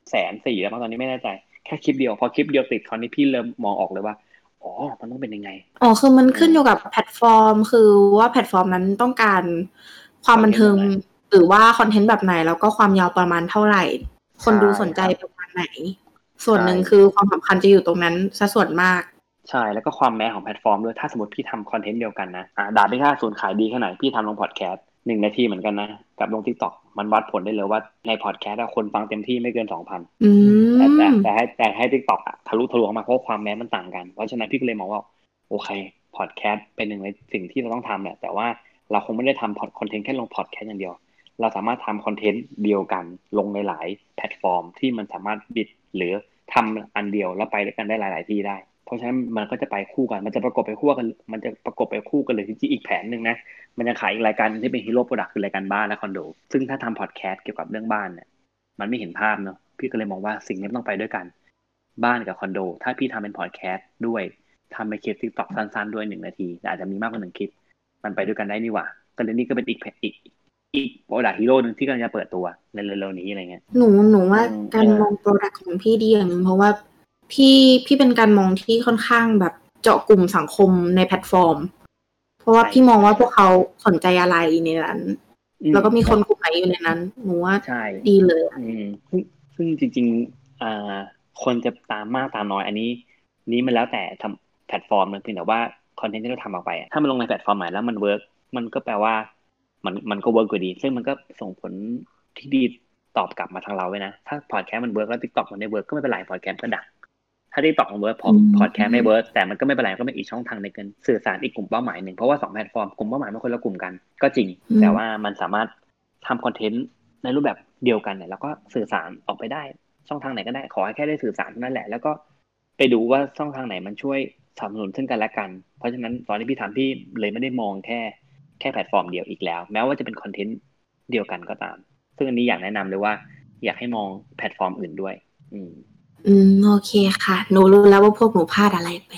140,000แล้วมั้งตอนนี้ไม่แน่ใจแค่คลิปเดียวพอคลิปเดียวติดคราวนี้พี่เริ่มมองออกเลยว่าอ๋อมันต้องเป็นยังไงอ๋อคือมันขึ้นอยู่กับแพลตฟอร์มคือว่าแพลตฟอร์มนั้นต้องการความบันเทิงหรือว่าคอนเทนต์แบบไหนแล้วก็ความยาวประมาณเท่าไหร่ คนดูสนใจประมาณไหนส่วนหนึ่งคือความสำคัญจะอยู่ตรงนั้นซะส่วนมากใช่แล้วก็ความแม้ของแพลตฟอร์มด้วยถ้าสมมติพี่ทำคอนเทนต์เดียวกันนะดาบพิฆาตศูนย์ขายดีแค่ไหนพี่ทำลงพอดแคสต์1 นาทีเหมือนกันนะกับลง TikTok มันวัดผลได้เลยว่าในพอดแคสต์คนฟังเต็มที่ไม่เกิน 2,000แต่ให้ TikTok ทะลุออกมาเพราะความแม้มันต่างกันเพราะฉะนั้นพี่ก็เลยมองว่าโอเคพอดแคสต์เป็นหนึ่งในสิ่งที่เราต้องทำแหละแต่ว่าเราคงไม่ได้ทำคอนเทนต์แค่ลงพอดแคสต์อย่างเดียวเราสามารถทำคอนเทนต์เดียวกันลงในหลายแพลตฟอร์มที่มันสามารถบิดหรือทำอันเดียวแล้วไปด้วยกันได้หลายๆที่ได้เพราะฉะนั้นมันก็จะไปคู่กันมันจะประกบไปคู่กันเลยจริงๆอีกแผนหนึ่งนะมันจะขายอีกรายการที่เป็นฮีโร่โปรดักต์คือรายการบ้านและคอนโดซึ่งถ้าทำพอดแคสต์เกี่ยวกับเรื่องบ้านเนี่ยมันไม่เห็นภาพเนาะพี่ก็เลยมองว่าสิ่งนี้ต้องไปด้วยกันบ้านกับคอนโดถ้าพี่ทำเป็นพอดแคสต์ด้วยทำเป็นคลิป TikTok สั้นๆด้วย1 นาทีอาจจะมีมากกว่า1 คลิปมันไปด้วยกันได้นี่หว่าก็เลยนี่ก็เป็นอีกโปรดักต์ฮีโร่นึงที่กำลังจะเปิดตัวในเร็วๆนี้อะไรเงี้ยหนูว่าการมองโปรดักต์ของพี่ดีอย่างนึงเพราะว่าพี่เป็นการมองที่ค่อนข้างแบบเจาะกลุ่มสังคมในแพลตฟอร์มเพราะว่าพี่มองว่าพวกเขาสนใจอะไรในนั้นแล้วก็มีคนกลุ่มไหนอยู่ในนั้นหนูว่าดีเลยซึ่งจริงๆคนจะตามมากตามน้อยอันนี้มันแล้วแต่ทำแพลตฟอร์มมันเพียงแต่ว่าคอนเทนต์ที่เราทำออกไปถ้ามันลงในแพลตฟอร์มไหนแล้วมันเวิร์กมันก็แปลว่ามันก็เวิร์กกว่าดีซึ่งมันก็ส่งผลที่ดีตอบกลับมาทางเราไว้นะถ้าพอดแคสต์มันเวิร์กแล้ว TikTok มันไม่เวิร์กก็ไม่เป็นไรพอดแคสต์ก็ดังถ้า TikTok มันเวิร์กพอดแคสต์ไม่เวิร์กแต่มันก็ไม่เป็นไรก็เป็นอีกช่องทางในการสื่อสารอีกกลุ่มเป้าหมายนึงเพราะว่า2 แพลตฟอร์มกลุ่มเป้าหมายมันคนละกลุ่มกันก็จริงแต่ว่ามันสามารถทำคอนเทนต์ในรูปแบบเดียวกันเนี่ยแล้วก็สื่อสารออกไปได้ช่องทางไหนก็ได้ขอให้แค่ได้สื่อสารนั่นแหละแล้วก็ไปดูว่าช่องทางไหนมันช่วยสนับสนุนซึ่งกันและกันเพราะฉะนั้นตอนที่พี่ทำพี่เลยไม่ได้มองแค่แพลตฟอร์มเดียวอีกแล้วแม้ว่าจะเป็นคอนเทนต์เดียวกันก็ตามซึ่งอันนี้อยากแนะนำเลยว่าอยากให้มองแพลตฟอร์มอื่นด้วยโอเคค่ะหนูรู้แล้วว่าพวกหนูพลาดอะไรไป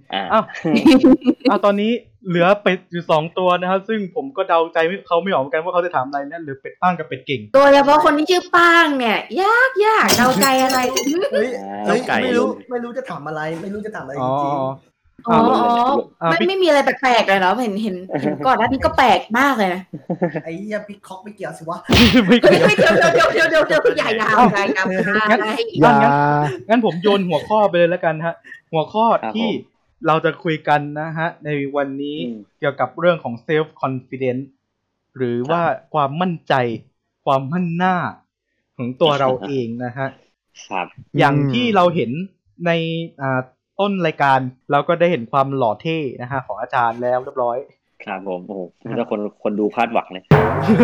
ตอนนี้เหลือเป็ดอยู่2 ตัวนะครับซึ่งผมก็เดาใจเขาไม่ออกเหมือนกันว่าเขาจะถามอะไรเนี่ยเหลือเป็ดป้างกับเป็ดเก่งโดยเฉพาะคนที่ชื่อป้างเนี่ยยากเดาใจอะไรไม่รู้จะถามอะไรไม่รู้จะถามอะไรจริงไม่มีอะไรแปลกๆเลยเนาะเห็นก่อนหน้านี้ก็แปลกมากเลยนะไอ้เหี้ยพิกคอกไม่เกี่ยวสิวะไม่เกี่ยวเดี๋ยวใหญ่ยาวงั้นผมโยนหัวข้อไปเลยแล้วกันฮะหัวข้อที่เราจะคุยกันนะฮะในวันนี้เกี่ยวกับเรื่องของ self confidence หรือว่าความมั่นใจความมั่นหน้าของตัวเราเองนะฮะอย่างที่เราเห็นในต้นรายการเราก็ได้เห็นความหล่อเท่นะฮะของอาจารย์แล้วเรียบร้อยครับผมโอ้โหถ้าคนดูคาดหวังเลย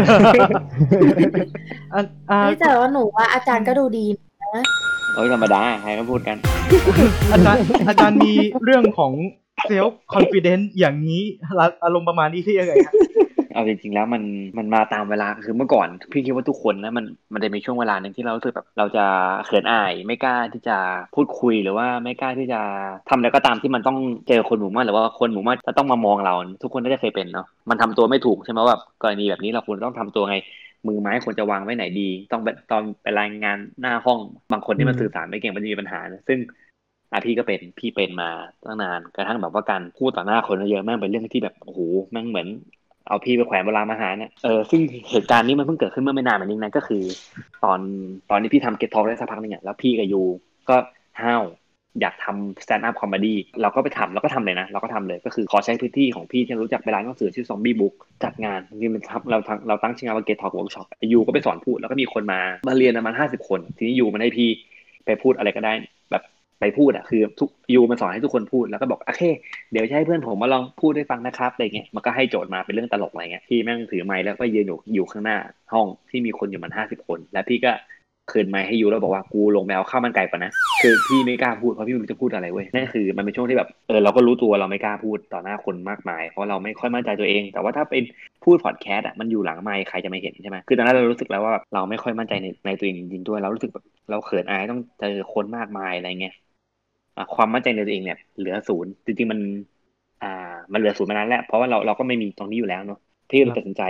แต่ว่าหนูว่าอาจารย์ก็ดูดีนะธรรมดาใครก็พูดกันอาจารย์มีเรื่องของ self confidence อย่างนี้อารมณ์ประมาณนี้ที่ยังไงครับเอาจริงๆแล้วมันมาตามเวลาคือเมื่อก่อนพี่คิดว่าทุกคนนะมันจะมีช่วงเวลาหนึ่งที่เรารู้สึกแบบเราจะเขินอายไม่กล้าที่จะพูดคุยหรือว่าไม่กล้าที่จะทำอะไรก็ตามที่มันต้องเจอคนหมู่มากหรือว่าคนหมู่มากจะต้องมามองเราทุกคนน่าจะเคยเป็นเนาะมันทำตัวไม่ถูกใช่ไหมว่ากรณีแบบนี้เราควรต้องทำตัวไงมือไม้ควรจะวางไว้ไหนดีต้องตอนไปรายงานหน้าห้องบางคนที่มันสื่อสารไม่เก่งมันจะมีปัญหาซึ่งพี่ก็เป็นมาตั้งนานกระทั่งแบบว่าการพูดต่อหน้าคนเยอะแม่งเป็นเรื่องที่แบบโอ้โหแม่งเหมือนเอาพี่ไปแขวนโบราณอาหารเนี่ยซึ่งเหตุการณ์นี้มันเพิ่งเกิดขึ้นเมื่อไม่นานมานี้นะก็คือตอนที่พี่ทำเก็ตทอล์กได้สักพักนึงแล้วพี่กับยูก็ห้าวอยากทำสแตนด์อัพคอมเมดี้เราก็ไปทำแล้วก็ทำเลยนะเราก็ทำเลยก็คือขอใช้พื้นที่ของพี่ที่รู้จักเวลาหนังสือชื่อซอมบี้บุ๊กจัดงานนี่มันเราตั้งชื่องานว่าเก็ตทอล์กเวิร์กช็อปยูก็ไปสอนพูดแล้วก็มีคนมาเรียนประมาณ50 คนทีนี้ยูมันให้พี่ไปพูดอะไรก็ได้แบบไปพูดคือทุกยูมาสอนให้ทุกคนพูดแล้วก็บอกโอเคเดี๋ยวให้เพื่อนผมมาลองพูดให้ฟังนะครับอะไรเงี้ยมันก็ให้โจทย์มาเป็นเรื่องตลกอะไรเงี้ยพี่แม่งถือไมค์แล้วก็ยืนอยู่ข้างหน้าห้องที่มีคนอยู่มัน50 คนแล้วพี่ก็คืนไมค์ให้ยูแล้วบอกว่ากูลงไปเอาข้าวมันไก่ก่อนนะคือพี่ไม่กล้าพูดเพราะพี่ไม่รู้จะพูดอะไรเว้ยนั่นคือมันเป็นช่วงที่แบบเราก็รู้ตัวเราไม่กล้าพูดต่อหน้าคนมากมายเพราะเราไม่ค่อยมั่นใจตัวเองแต่ว่าถ้าเป็นพูดพอดแคสต์มันอยู่หลังไมค์ใครจะไม่เห็นใช่ไหมคือตอนนั้นเรารู้สึกแล้วว่าเราไม่ค่อยมั่นใจในตัวเองจริงๆด้วยเรารู้สึกแบบเราเขินอายต้องเจอคนมากมายอะไรเงี้ยความมั่นใจในตัวเองเนี่ยเหลือ0จริงๆมันเหลือ0มานานแล้วเพราะว่าเราก็ไม่มีตรงนี้อยู่แล้วเนาะพี่เลยตัดสินใจ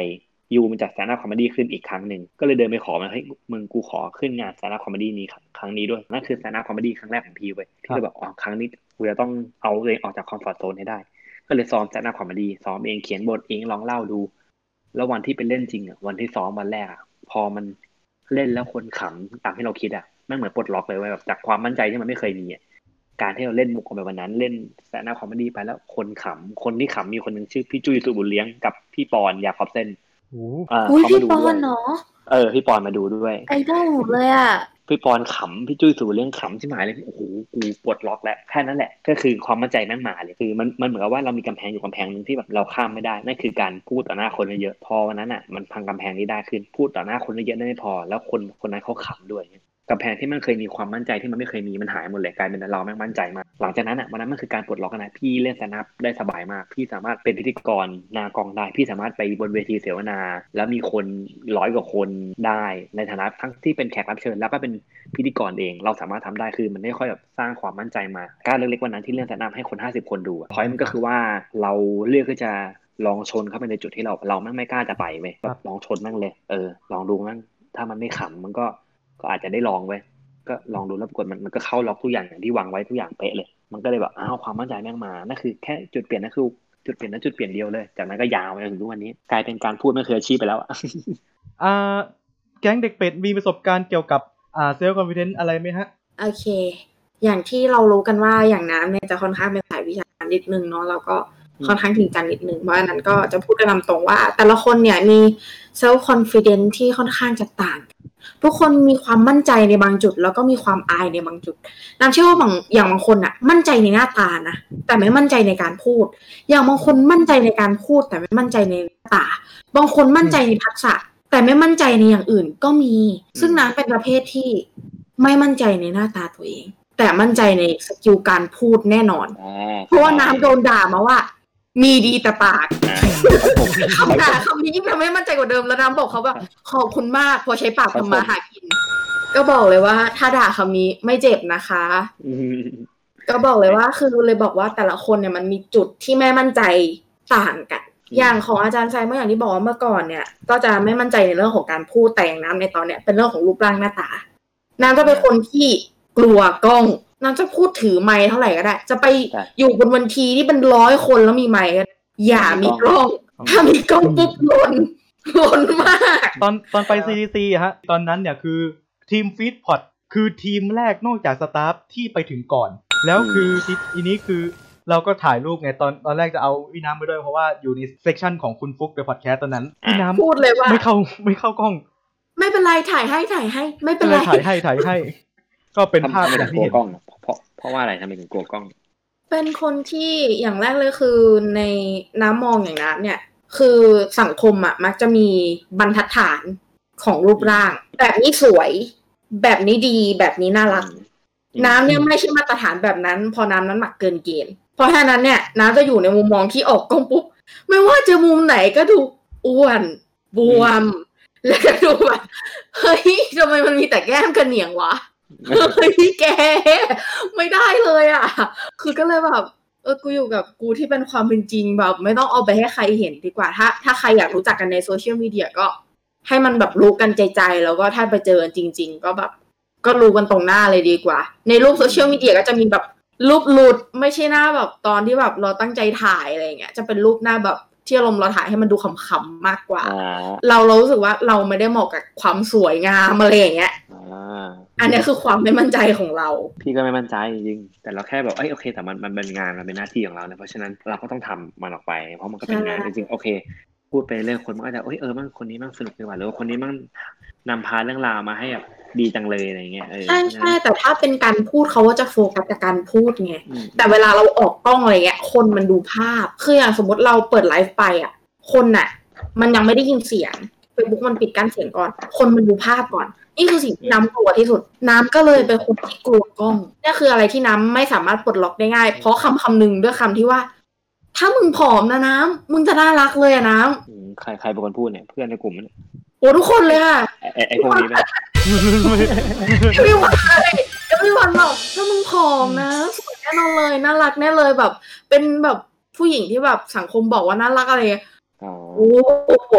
ยูมันจัด stand up comedy ขึ้นอีกครั้งหนึ่งก็เลยเดินไปขอมันเฮ้ยมึงกูขอขึ้นงาน stand up comedy นี้ครั้งนี้ด้วยนั่นคือ stand up comedy ครั้งแรกของพี่เว้ยพี่เลยบอกอ๋อครั้งนี้กูจะต้องเอาตัวเองออกจากคอมฟอร์ตโซนให้ได้ก็เลยซ้อม stand up comedy ซ้อมเองเขียนบทเองลองเล่าดูแล้ววันที่ไปเล่นจริงอ่ะวันที่ซ้อมวันแรกอ่ะพอมันเล่นแล้วคนขำตามที่เราคิดอ่ะมันเหมือนปลดล็อกเลยเว้ยแบบจากความมั่นใจที่มันไม่เคยมีอ่ะการที่เราเล่นมุกออกไปวันนั้นเล่น stand up comedy ไปแล้วคนขำคนที่ขำมีคนหนึ่งชื่อพี่จุ้ยสุบุญเลี้ยงกับพี่ปอนยาคอบเส้นอุ้ยเขาพี่มาดูปอด้วยนเนาะพี่ปอนมาดูด้วยไอดอลเลยอ่ะพี่ปอนขำพี่จุ้ยสุบุญเลี้ยงขำชิบหายเลยโอ้โหกูปลดล็อกแล้วแค่นั้นแหละก็คือความมั่นใจแม่งมาเลยคือมันเหมือนกับว่าเรามีกำแพงอยู่กำแพงนึงที่แบบเราข้ามไม่ได้นั่นคือการพูดต่อหน้าคนเยอะๆพอวันนั้นอ่ะมันพังกำแพงนี้ได้ขึ้นพูดต่อหน้าคนเยอะๆไม่พอแล้วคนนั้นเขาขำด้วยกำแพงที่มันเคยมีความมั่นใจที่มันไม่เคยมีมันหายหมดเลยกลายเป็นเราแม่งมั่นใจมากหลังจากนั้นอ่ะวันนั้นมันคือการปลดล็อกนะพี่เล่นสแตนด์อัพได้สบายมากพี่สามารถเป็นพิธีกรหน้ากองได้พี่สามารถไปบนเวทีเสวนาแล้วมีคน100 กว่าคนได้ในฐานะทั้งที่เป็นแขกรับเชิญแล้วก็เป็นพิธีกรเองเราสามารถทำได้คือมันไม่ค่อยแบบสร้างความมั่นใจมาการเล็กๆวันนั้นที่เล่นสแตนด์อัพให้คน50 คนดูพอยต์มันก็คือว่าเราเลือกที่จะลองชนเข้าไปในจุดที่เราไม่กล้าจะไปเว้ยแบบลองชนมั่งเลยลองดูมั่งถ้ามันไม่ขำมันก็อาจจะได้ลองเว้ยก็ลองดูแล้วปรากฏมันก็เข้าล็อกทุกอย่างที่วางไว้ทุกอย่างเป๊ะเลยมันก็เลยแบบความมั่นใจแม่งมานั่นคือแค่จุดเปลี่ยนนั่นคือจุดเปลี่ยนนั้นจุดเปลี่ยนเดียวเลยจากนั้นก็ยาวมาถึงทุกวันนี้กลายเป็นการพูดไม่เคยอาชีพไปแล้วแก๊งเด็กเป็ดมีประสบการณ์เกี่ยวกับเซลล์คอนฟิเดนซ์อะไรไหมฮะโอเคอย่างที่เรารู้กันว่าอย่างน้ำเนี่ยจะค่อนข้างเป็นสายวิชาการนิดนึงเนาะแล้วก็ค่อนข้างจริงจังนิดนึงเพราะฉะนั้นก็จะพูดกันตามตรงว่าแต่ละคนเนี่ยมีเซลล์คอนฟิเดนซ์ที่ค่อนข้างจะต่างทุกคนมีความมั่นใจในบางจุดแล้วก็มีความอายในบางจุดน้ำเชื่อว่าบางคนอ่ะมั่นใจในหน้าตานะแต่ไม่มั่นใจในการพูดอย่างบางคนมั่นใจในการพูดแต่ไม่มั่นใจในหน้าตาบางคนมั่นใจในทักษะแต่ไม่มั่นใจในอย่างอื่นก็มีซึ่งน้ำเป็นประเภทที่ไม่มั่นใจในหน้าตาตัวเองแต่มั่นใจในสกิลการพูดแน่นอนเพราะว่าน้ำโดนด่ามาว่ามีดีแต่ปากคำด่าคำนี้ยิ่งทำให้มั่นใจกว่าเดิมแล้วน้ำบอกเขาว่าขอบคุณมากพอใช้ปากทำมาหากินก็บอกเลยว่าถ้าด่าคำนี้ไม่เจ็บนะคะก็บอกเลยว่าคือเลยบอกว่าแต่ละคนเนี่ยมันมีจุดที่ไม่มั่นใจต่างกันอย่างของอาจารย์ไซเมื่ออย่างที่บอกว่าเมื่อก่อนเนี่ยก็จะไม่มั่นใจในเรื่องของการพูดแต่อย่างน้ำในตอนเนี้ยเป็นเรื่องของรูปร่างหน้าตาน้ำจะเป็นคนที่กลัวกล้องน้ำจะพูดถือไมค์เท่าไหร่ก็ได้จะไปอยู่บนเวทีที่เป็น100 คนแล้วมีไมค์อย่ามีกล้องถ้ามีกล้องปุ๊บหล่นมากตอนไป CDC ฮะตอนนั้นเนี่ยคือทีมฟีดพอดคือทีมแรกนอกจากสตาฟที่ไปถึงก่อนแล้วคือทีนี้คือเราก็ถ่ายรูปไงตอนแรกจะเอาพี่น้ำไปด้วยเพราะว่าอยู่ในเซกชันของคุณฟุกในพอดแคสต์ตอนนั้นพี่น้ำพูดเลยว่าไม่เข้ากล้องไม่เป็นไรถ่ายให้ไม่เป็นไรถ่ายให้ก็เป็นภาพอย่างที่เห็นเพราะว่าอะไรทำไมถึงกลัวกล้องเป็นคนที่อย่างแรกเลยคือในน้ำมองอย่างน้ำเนี่ยคือสังคมอ่ะมักจะมีบรรทัดฐานของรูปร่างแบบนี้สวยแบบนี้ดีแบบนี้น่ารักน้ำเนี่ยไม่ใช่มาตรฐานแบบนั้นพอน้ำนั้นหนักเกินเกณฑ์เพราะฉะนั้นเนี่ยน้ำจะอยู่ในมุมมองที่ออกกล้องปุ๊บไม่ว่าจะมุมไหนก็ดูอ้วนบวมแล้วก็ดูแบบเฮ้ยทำไมมันมีแต่แก้มกระเหนียงวะเฮ้ยแกไม่ได้เลยอ่ะคือก็เลยแบบกูอยู่กับกูที่เป็นความเป็นจริงแบบไม่ต้องเอาไปให้ใครเห็นดีกว่าถ้าใครอยากรู้จักกันในโซเชียลมีเดียก็ให้มันแบบรู้กันใจๆแล้วก็ถ้าไปเจอจริงๆก็แบบก็รู้กันตรงหน้าเลยดีกว่าในรูปโซเชียลมีเดียก็จะมีแบบรูปหลุดไม่ใช่หน้าแบบตอนที่แบบเราตั้งใจถ่ายอะไรอย่างเงี้ยจะเป็นรูปหน้าแบบที่อารมณ์เราถ่ายให้มันดูขำๆมากกว่าเรารู้สึกว่าเราไม่ได้เหมาะกับความสวยงามอะไรอย่างเงี้ยอันนี้คือความไม่มั่นใจของเราพี่ก็ไม่มั่นใจจริงแต่เราแค่แบบโอเคแต่มันเป็นงานมันเป็นหน้าที่ของเราเพราะฉะนั้นเราก็ต้องทำมันออกไปเพราะมันก็เป็นงานจริงๆโอเคพูดไปเรื่องคนมันก็จะมั่งคนนี้มั่งสนุกดีกว่าหรือว่าคนนี้มั่งนำพาเรื่องราวมาให้แบบดีจังเลยอะไรเงี้ยใช่แต่ถ้าเป็นการพูดเขาก็จะโฟกัสกับการพูดไงแต่เวลาเราออกกล้องอะไรเงี้ยคนมันดูภาพคืออย่างสมมติเราเปิดไลฟ์ไปอ่ะคนน่ะมันยังไม่ได้ยินเสียง Facebook มันปิดกั้นเสียงก่อนคนมันดูภาพก่อนนี่คือสิ่งที่น้ำกลัวที่สุดน้ำก็เลยเป็นคนที่กลัวกล้องนี่คืออะไรที่น้ำไม่สามารถปลดล็อกได้ง่ายเพราะคำนึงด้วยคำที่ว่าถ้ามึงผอมนะน้ำมึงจะน่ารักเลยอะน้ำใครเป็นคนพูดเนี่ยเพื่อนในกลุ่มเนี่ยโอ้ทุกคนเลยค่ะไอ้พวกนี้นะพี่วันบอกถ้ามึงผอมนะสวยแน่นอนเลยน่ารักแน่เลยแบบเป็นแบบผู้หญิงที่แบบสังคมบอกว่าน่ารักอะไรโอ้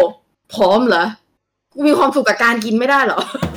พร้อมเหรอกูมีความสุขกับการกินไม่ได้เหรอ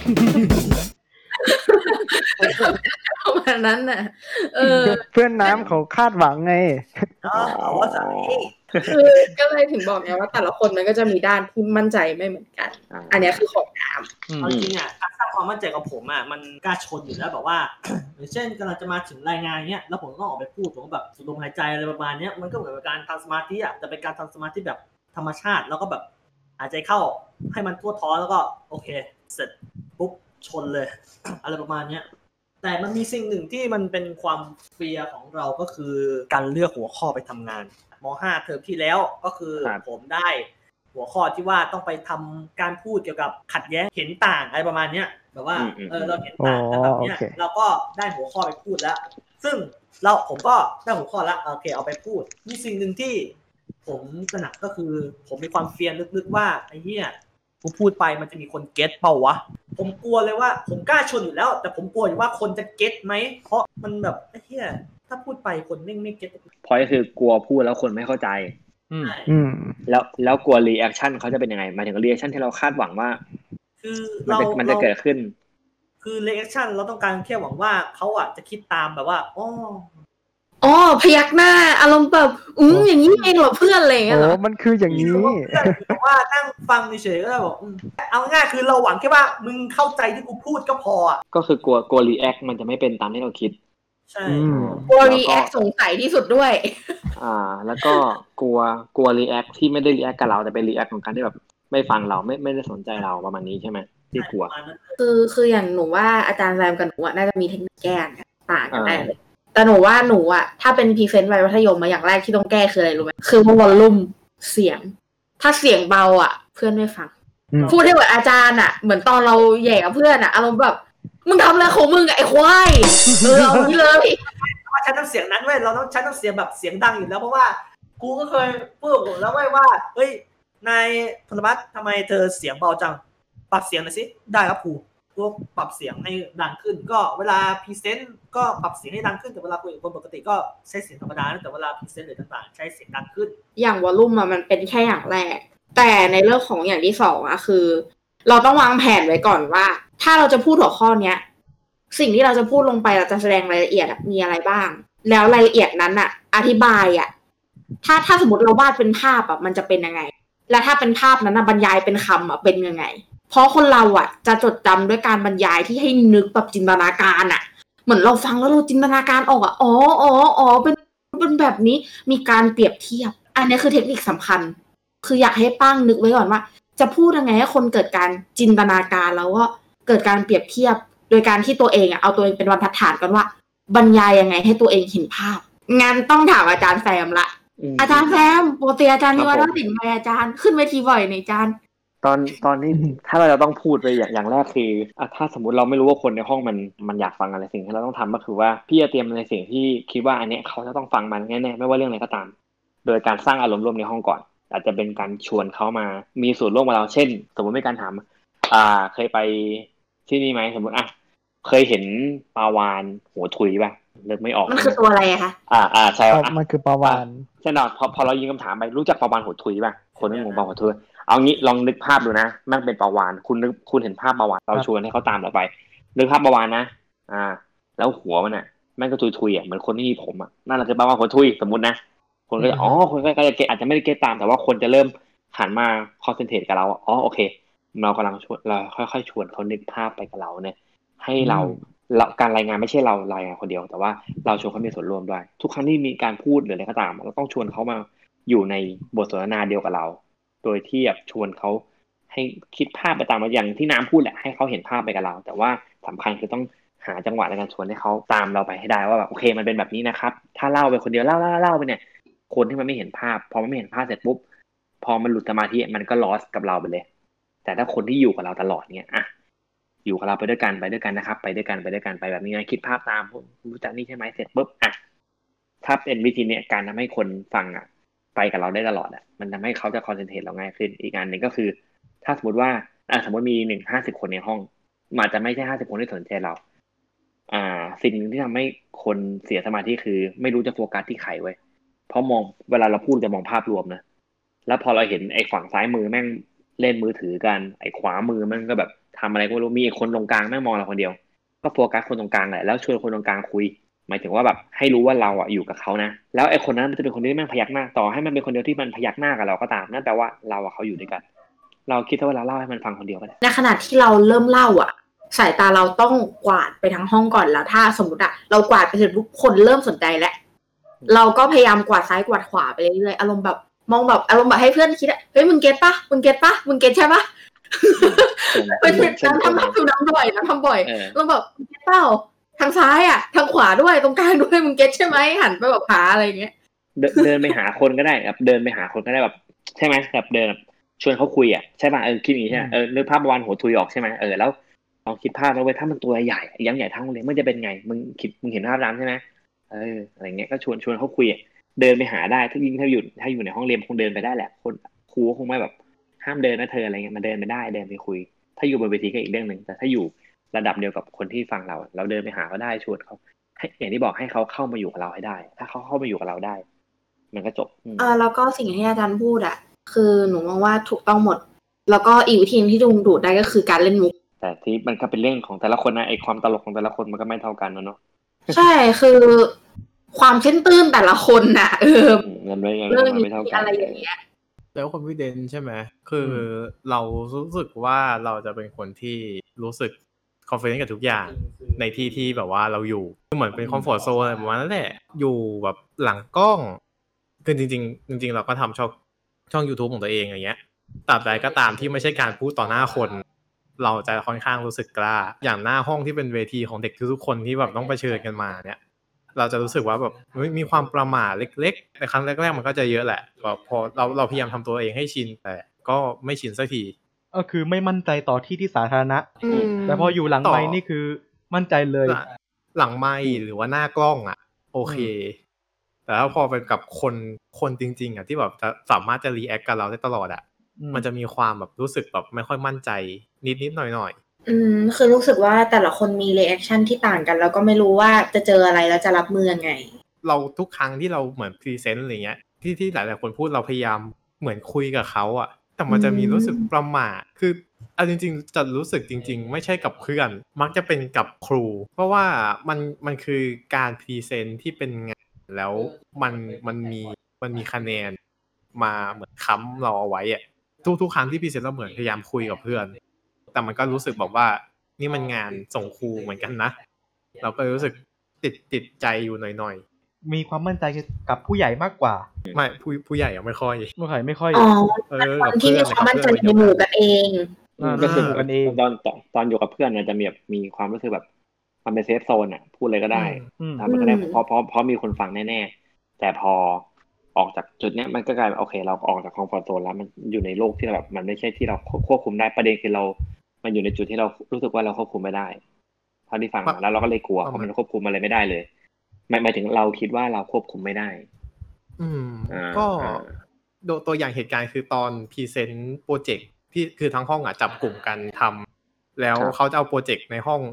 ประมาณนั้นน่ะเพื่อนน้ำเขาคาดหวังไงเอาว่าใส่คือก็เลยถึงบอกไงว่าแต่ละคนมันก็จะมีด้านที่มั่นใจไม่เหมือนกันอันนี้คือของน้ำเอาจริงอ่ะการสร้างความมั่นใจของผมอ่ะมันกล้าชนอยู่แล้วแบบว่า อย่างเช่นกำลังจะมาถึงรายงานเนี้ยแล้วผมก็ออกไปพูดผมก็แบบสูดลมหายใจอะไรประมาณเนี้ยมันก็เหมือนการทำสมาธิอ่ะแต่เป็นการทำสมาธิแบบธรรมชาติแล้วก็แบบหายใจเข้าให้มันทั่วท้องแล้วก็โอเคเสร็จปุ๊บชนเลย อะไรประมาณเนี้ยแต่มันมีสิ่งหนึ่งที่มันเป็นความเฟียร์ของเราก็คือการเลือกหัวข้อไปทำงานม.5 เทอมที่แล้วก็คือผมได้หัวข้อที่ว่าต้องไปทำการพูดเกี่ยวกับขัดแย้งเห็นต่างอะไรประมาณเนี้ยแบบว่าเราเห็นต่างกันแบบเนี้ยเราก็ได้หัวข้อไปพูดแล้วซึ่งผมก็ได้หัวข้อแล้วโอเคเอาไปพูดมีสิ่งหนึ่งที่ผมตระหนักก็คือผมมีความเฟียร์ลึกๆว่าไอ้เหี้ยกูพูดไปมันจะมีคนเก็ตเปล่าวะผมกลัวเลยว่าผมกล้าชนอยู่แล้วแต่ผมกลัวอยู่ว่าคนจะเก็ตไหมเพราะมันแบบไอ้เหี้ยถ้าพูดไปคนไม่เก็ตพอยคือกลัวพูดแล้วคนไม่เข้าใจแล้วกลัวรีแอคชั่นเขาจะเป็นยังไงหมายถึงรีแอคชั่นที่เราคาดหวังว่าคือมันจะเกิดขึ้นคือรีแอคชั่นเราต้องการแค่หวังว่าเขาอ่ะจะคิดตามแบบว่าอ๋อพยักหน้าอารมณ์แบบอย่างนี้เองเหรอเพื่อนอะไรอย่างเงี้ยเหรอมันคืออย่างนี้แต่ว่านั่งฟังเฉยๆก็ได้บอกเอาง่ายคือเราหวังแค่ว่ามึงเข้าใจที่กูพูดก็พออ่ะก็คือกลัวรีแอคมันจะไม่เป็นตามที่เราคิดใช่กลัวรีแอคสงสัยที่สุดด้วยแล้วก็กลัวรีแอคที่ไม่ได้รีแอคกับเราแต่เป็นรีแอคของการที่แบบไม่ฟังเราไม่ได้สนใจเราประมาณนี้ใช่ไหมที่กลัวคืออย่างหนูว่าอาจารย์แซมกับหนูน่าจะมีเทคนิคแก้ต่างกันแน่เลยแต่หนูว่าหนูถ้าเป็นพรีเซนต์วัยมัธยมมาอย่างแรกที่ต้องแก้คืออะไรรู้ไหมคือวอลลุ่มเสียงถ้าเสียงเบาเพื่อนไม่ฟังพูดให้เหมือนอาจารย์เหมือนตอนเราแย่กับเพื่อนอารมณ์แบบมึงทำอะไรของมึงไอ้ควายเอาที่เลยว่าฉันต้องเสียงนั้นเว้ยเราต้องฉันต้องเสียงแบบเสียงดังอยู่แล้วเพราะว่ากูก็เคยพูดกับแล้วว่าเฮ้ยนายพลวัตทำไมเธอเสียงเบาจังปรับเสียงหน่อยสิได้ครับครูก็ปรับเสียงให้ดังขึ้นก็เวลาพรีเซนต์ก็ปรับเสียงให้ดังขึ้นแต่เวลาคุยกับคนปกติก็ใช้เสียงธรรมดาแต่เวลาพรีเซนต์หรือต่างๆใช้เสียงดังขึ้นอย่างวอลลุ่มมันเป็นแค่อย่างแรกแต่ในเรื่องของอย่างที่สองคือเราต้องวางแผนไว้ก่อนว่าถ้าเราจะพูดหัวข้อเนี้ยสิ่งที่เราจะพูดลงไปเราจะแสดงรายละเอียดมีอะไรบ้างแล้วรายละเอียดนั้นอธิบายถ้าสมมติเราวาดเป็นภาพมันจะเป็นยังไงและถ้าเป็นภาพนั้นบรรยายเป็นคำเป็นยังไงเพราะคนเราจะจดจำด้วยการบรรยายที่ให้นึกแบบจินตนาการเหมือนเราฟังแล้วเราจินตนาการออกอ๋อเป็นแบบนี้มีการเปรียบเทียบอันนี้คือเทคนิคสำคัญคืออยากให้ปั้งนึกไว้ก่อนว่าจะพูดยังไงให้คนเกิดการจินตนาการแล้วก็เกิดการเปรียบเทียบโดยการที่ตัวเองเอาตัวเองเป็นบรรทัดฐานกันว่าบรรยายยังไงให้ตัวเองเห็นภาพงั้นต้องถามอาจารย์แซมละอาจารย์แซมปกติอาจารย์มีวาระศิลป์ไหมอาจารย์ขึ้นเวทีบ่อยในอาจารย์ตอนนี้ถ้าเราจะต้องพูดไปอย่างแรกคือถ้าสมมุติเราไม่รู้ว่าคนในห้องมันอยากฟังอะไรสิ่งที่เราต้องทำก็คือว่าพี่จะเตรียมในสิ่งที่คิดว่าอันนี้เขาจะต้องฟังมันแน่ๆไม่ว่าเรื่องอะไรก็ตามโดยการสร้างอารมณ์ร่วมในห้องก่อนอาจจะเป็นการชวนเขามามีส่วนร่วมกับเราเช่นสมมติมีการถามเคยไปที่นี่ไหมสมมติเคยเห็นปลาวาฬหัวถุยป่ะเลิกไม่ออกมันคือตัวอะไรคะใช่มันคือปลาวาฬใช่เนาะพอเรายิงคำถามไปรู้จักปลาวาฬหัวถุยป่ะคนนึกงงปลาวาฬหัวถุยเอางี้ลองนึกภาพดูนะมันเป็นปลาวาฬคุณเห็นภาพปลาวาฬเราชวนให้เขาตามเราไปนึกภาพปลาวาฬนะแล้วหัวมันมันก็ทุยๆเหมือนคนที่มีผมนั่นแหละคือปลาวาฬหัวถุยสมมุตินะคนก็จะคนก็จะเก็ตอาจจะไม่ได้เก็ตตามแต่ว่าคนจะเริ่มหันมาคอนเซนเทรตกับเราโอเคเรากำลังชวนเราค่อยๆชวนเขานึกภาพไปกับเราเนี่ยให้เราการรายงานไม่ใช่เรารายงานคนเดียวแต่ว่าเราชวนเขามีส่วนร่วมด้วยทุกครั้งที่มีการพูดหรืออะไรก็ตามเราต้องชวนเขามาอยู่ในบทสนทนาเดียวกับเราโดยที่แบบชวนเขาให้คิดภาพไปตามอย่างที่น้ำพูดแหละให้เขาเห็นภาพไปกับเราแต่ว่าสำคัญคือต้องหาจังหวะในการชวนให้เขาตามเราไปให้ได้ว่าแบบโอเคมันเป็นแบบนี้นะครับถ้าเล่าไปคนเดียวเล่าไปเนี่ยคนที่มันไม่เห็นภาพพอมันไม่เห็นภาพเสร็จปุ๊บพอมันหลุดสมาธิมันก็ลอสกับเราไปเลยแต่ถ้าคนที่อยู่กับเราตลอดเนี่ยอยู่กับเราไปด้วยกันนะครับไปด้วยกันไปแบบนี้นะคิดภาพตามรู้จักนี่ใช่ไหมเสร็จปุ๊บถ้าเป็นวิธีเนี่ยการทำให้คนฟังไปกับเราได้ตลอดมันทำให้เขาจะคอนเซนเทรตเราง่ายขึ้นอีกงานหนึ่งก็คือถ้าสมมติว่าสมมติมี50 คนในห้องอาจจะไม่ใช่50 คนที่สนใจเราสิ่งหนึ่งที่ทำให้คนเสียสมาธิคือไม่รู้จะโฟกัสที่ใครไว้เพราะมองเวลาเราพูดจะมองภาพรวมนะแล้วพอเราเห็นไอ้ฝั่งซ้ายมือแม่งเล่นมือถือกันไอ้ขวามือมันก็แบบทำอะไรก็ไม่รู้มีไอ้คนตรงกลางแม่งมองเราคนเดียวก็โฟกัสคนตรงกลางแหละแล้วชวนคนตรงกลางคุยหมายถึงว่าแบบให้รู้ว่าเราอ่ะอยู่กับเขานะแล้วไอ้คนนั้นมันจะเป็นคนที่แม่งพยักหน้าต่อให้มันเป็นคนเดียวที่มันพยักหน้ากับเราก็ตามนั่นแปลว่าเรากับเขาอยู่ด้วยกันเราคิดว่าเราเล่าให้มันฟังคนเดียวก็ได้ในขณะที่เราเริ่มเล่าอ่ะสายตาเราต้องกวาดไปทั้งห้องก่อนแล้วถ้าสมมติอะเรากวาดไปเสร็จปุ๊บคนเริ่มสนใจแล้วเราก็พยายามกวาดซ้ายกวาดขวาไปเรื่อยๆอารมณ์แบบมองแบบอารมณ์แบบให้เพื่อนคิดอะเฮ้ยมึงเก็ตปะมึงเก็ตปะมึงเก็ตใช่ปะเป็นน้ำทำฟิวน้ำบ่อยน้ำทำบ่อยเราแบบเก็ตเปล่าทางซ้ายอะทางขวาด้วยตรงกลางด้วยมึงเก็ตใช่ไหมหันไปแบบหาอะไรอย่างเงี้ยเดินไปหาคนก็ได้ครับเดินไปหาคนก็ได้แบบใช่ไหมแบบเดินชวนเขาคุยอ่ะใช่ป่ะคิดอย่างนี้ใช่ไหมนึกภาพวันหัวทุยออกใช่ไหมแล้วลองคิดภาพแล้วเว้ยถ้ามันตัวใหญ่ย้ำใหญ่ทั้งเลยมันจะเป็นไงมึงเห็นภาพนั้นใช่ไหมอะไรเงี้ยก็ชวนเขาคุยเดินไปหาได้ถ้าอยู่ในห้องเรียนคงเดินไปได้แหละคนครูคงไม่แบบห้ามเดินนะเธออะไรเงี้ยมาเดินไปได้เดินไปคุยถ้าอยู่บนเวทีก็อีกเรื่องนึงแต่ถ้าอยู่ระดับเดียวกับคนที่ฟังเราเดินไปหาเขาได้ชวนเขาอย่างที่บอกให้เขาเข้ามาอยู่กับเราให้ได้ถ้าเขาเข้ามาอยู่กับเราได้มันก็จบแล้วก็สิ่งที่อาจารย์พูดอะคือหนูมองว่าถูกต้องหมดแล้วก็อีกวิธีที่ดึงดูดได้ก็คือการเล่นมุกแต่ที่มันก็เป็นเรื่องของแต่ละคนนะไอความตลกของแต่ละคนมันก็ไม่เท่ากันเนาะใช่คือความเช่นตื้นแต่ละคนน่ะมันไม่เท่ากันอะไรอย่างเงี้ยแล้วคอนฟิเดนซ์ใช่ไหมคือเรารู้สึกว่าเราจะเป็นคนที่รู้สึกคอนฟิเดนซ์กับทุกอย่างในที่แบบว่าเราอยู่เหมือนเป็นคอมฟอร์ตโซนประมาณนั้นแหละอยู่แบบหลังกล้องคือจริงเราก็ทำช่อง YouTube ของตัวเองอย่างเงี้ยตราบใดก็ตามที่ไม่ใช่การพูดต่อหน้าคนเราจะค่อนข้างรู้สึกกล้าอย่างหน้าห้องที่เป็นเวทีของเด็กทุกคนที่แบบต้องเผชิญกันมาเนี่ยเราจะรู้สึกว่าแบบมีความประหม่าเล็กๆในครั้งแรกๆมันก็จะเยอะแหละพอเราพยายามทำตัวเองให้ชินแต่ก็ไม่ชินสักทีก็คือไม่มั่นใจต่อที่สาธารณะแต่พออยู่หลังไมค์นี่คือมั่นใจเลยหลังไมค์หรือว่าหน้ากล้องอ่ะโอเคแต่ถ้าพอเป็นกับคนจริงๆอ่ะที่แบบจะสามารถจะรีแอคกับเราได้ตลอดอ่ะมันจะมีความแบบรู้สึกแบบไม่ค่อยมั่นใจนิดหน่อยคือรู้สึกว่าแต่ละคนมีรีแอคชั่นที่ต่างกันแล้วก็ไม่รู้ว่าจะเจออะไรแล้วจะรับมือยังไงเราทุกครั้งที่เราเหมือนพรีเซนต์อะไรเงี้ยที่หลายๆคนพูดเราพยายามเหมือนคุยกับเขาอ่ะแต่มันจะมีรู้สึกประหม่าคือเอาจริงๆจะรู้สึกจริงๆไม่ใช่กับเพื่อนมักจะเป็นกับครูเพราะว่ามันคือการพรีเซนต์ที่เป็นงานแล้วมันมีคะแนนมาเหมือนค้ำเราเอาไว้อ่ะทุกครั้งที่พรีเซนต์เราเหมือนพยายามคุยกับเพื่อนแต่มันก็รู้สึกแบบว่านี่มันงานส่งครูเหมือนกันนะเราก็รู้สึกติดใจอยู่หน่อยๆมีความมั่นใจกับผู้ใหญ่มากกว่าไม่ผู้ใหญ่ไม่ค่อยคนที่มีความมั่นใจในหมู่กันเองก็คือกันเองตอนอยู่กับเพื่อนมันจะมีความรู้สึกแบบมันเป็นเซฟโซนอ่ะพูดอะไรก็ได้ทำอะไรก็ได้เพราะมีคนฟังแน่ๆแต่พอออกจากจุดเนี้ยมันก็กลายเป็นโอเคเราออกจากคอมฟอร์ตโซนแล้วมันอยู่ในโลกที่แบบมันไม่ใช่ที่เราควบคุมได้ประเด็นคือมันอยู่ในจุดที่เรารู้สึกว่าเราควบคุมไม่ได้เท่าที่ฟังมาแล้วเราก็เลยกลัวเพราะมันควบคุมอะไรไม่ได้เลยหมายถึงเราคิดว่าเราควบคุมไม่ได้ก็ตัวอย่างเหตุการณ์คือตอนพรีเซนต์โปรเจกต์ที่คือทั้งห้องจับกลุ่มกันทำแล้วเขาจะเอาโปรเจกต์ในห้อง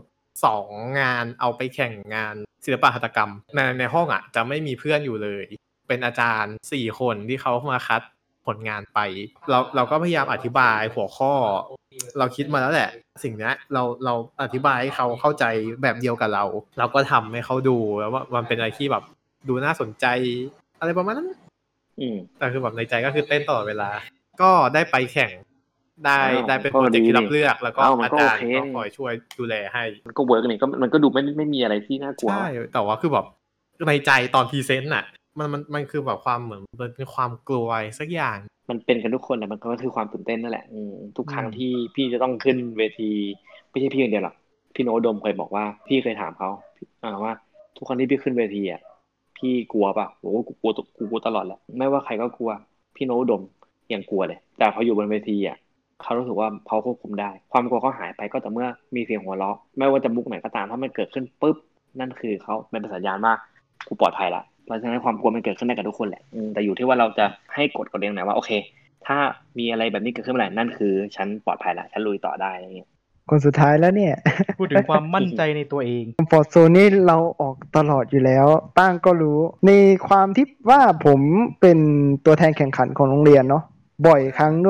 2งานเอาไปแข่งงานศิลปหัตถกรรมในห้องจะไม่มีเพื่อนอยู่เลยเป็นอาจารย์4คนที่เขามาคัดผลงานไปเราก็พยายามอธิบายหัวข้อเราคิดมาแล้วแหละสิ่งนี้เราอธิบายให้เขาเข้าใจแบบเดียวกับเราก็ทำให้เขาดูแล้วว่ามันเป็นอะไรที่แบบดูน่าสนใจอะไรประมาณนั้นแต่คือแบบในใจก็คือเต้นตลอดเวลาก็ได้ไปแข่งได้เป็นโปรเจกต์ที่รับเลือกแล้วก็อาจารย์ก็คอยช่วยดูแลให้มันก็เวิร์กนี่มันก็ดูไม่มีอะไรที่น่ากลัวใช่แต่ว่าคือแบบในใจตอนพรีเซนต์มันคือแบบความเหมือนเป็นความกลัวสักอย่างมันเป็นกันทุกคนนะมันก็คือความตื่นเต้นนั่นแหละทุกครั้งที่พี่จะต้องขึ้นเวทีไม่ใช่พี่คนเดียวหรอกพี่โนดมเคยบอกว่าพี่เคยถามเขาว่าทุกครั้งที่พี่ขึ้นเวทีพี่กลัวป่ะโอ้กูกลัวตลอดแหละไม่ว่าใครก็กลัวพี่โนดมยังกลัวเลยแต่พออยู่บนเวทีเขารู้สึกว่าเขาควบคุมได้ความกลัวเขาหายไปก็แต่เมื่อมีเสียงหัวเราะไม่ว่าจะมุกไหนก็ตามถ้ามันเกิดขึ้นปุ๊บนั่นคือเขาเป็นสัญญาณว่ากูปลอดภัยละเพราะฉะนั้นความกลัวมันเกิดขึ้นได้กับทุกคนแหละแต่อยู่ที่ว่าเราจะให้กฎเองไหนว่าโอเคถ้ามีอะไรแบบนี้เกิดขึ้นเมื่อไหร่นั่นคือฉันปลอดภัยละฉันลุยต่อได้อะไรเงี้ยคนสุดท้ายแล้วเนี่ยพูดถึงความมั่นใจในตัวเองคอมฟอร์ตโซนนี่เราออกตลอดอยู่แล้วตั้งก็รู้ในความที่ว่าผมเป็นตัวแทนแข่งขันของโรงเรียนเนาะบ่อยครั้งด้วย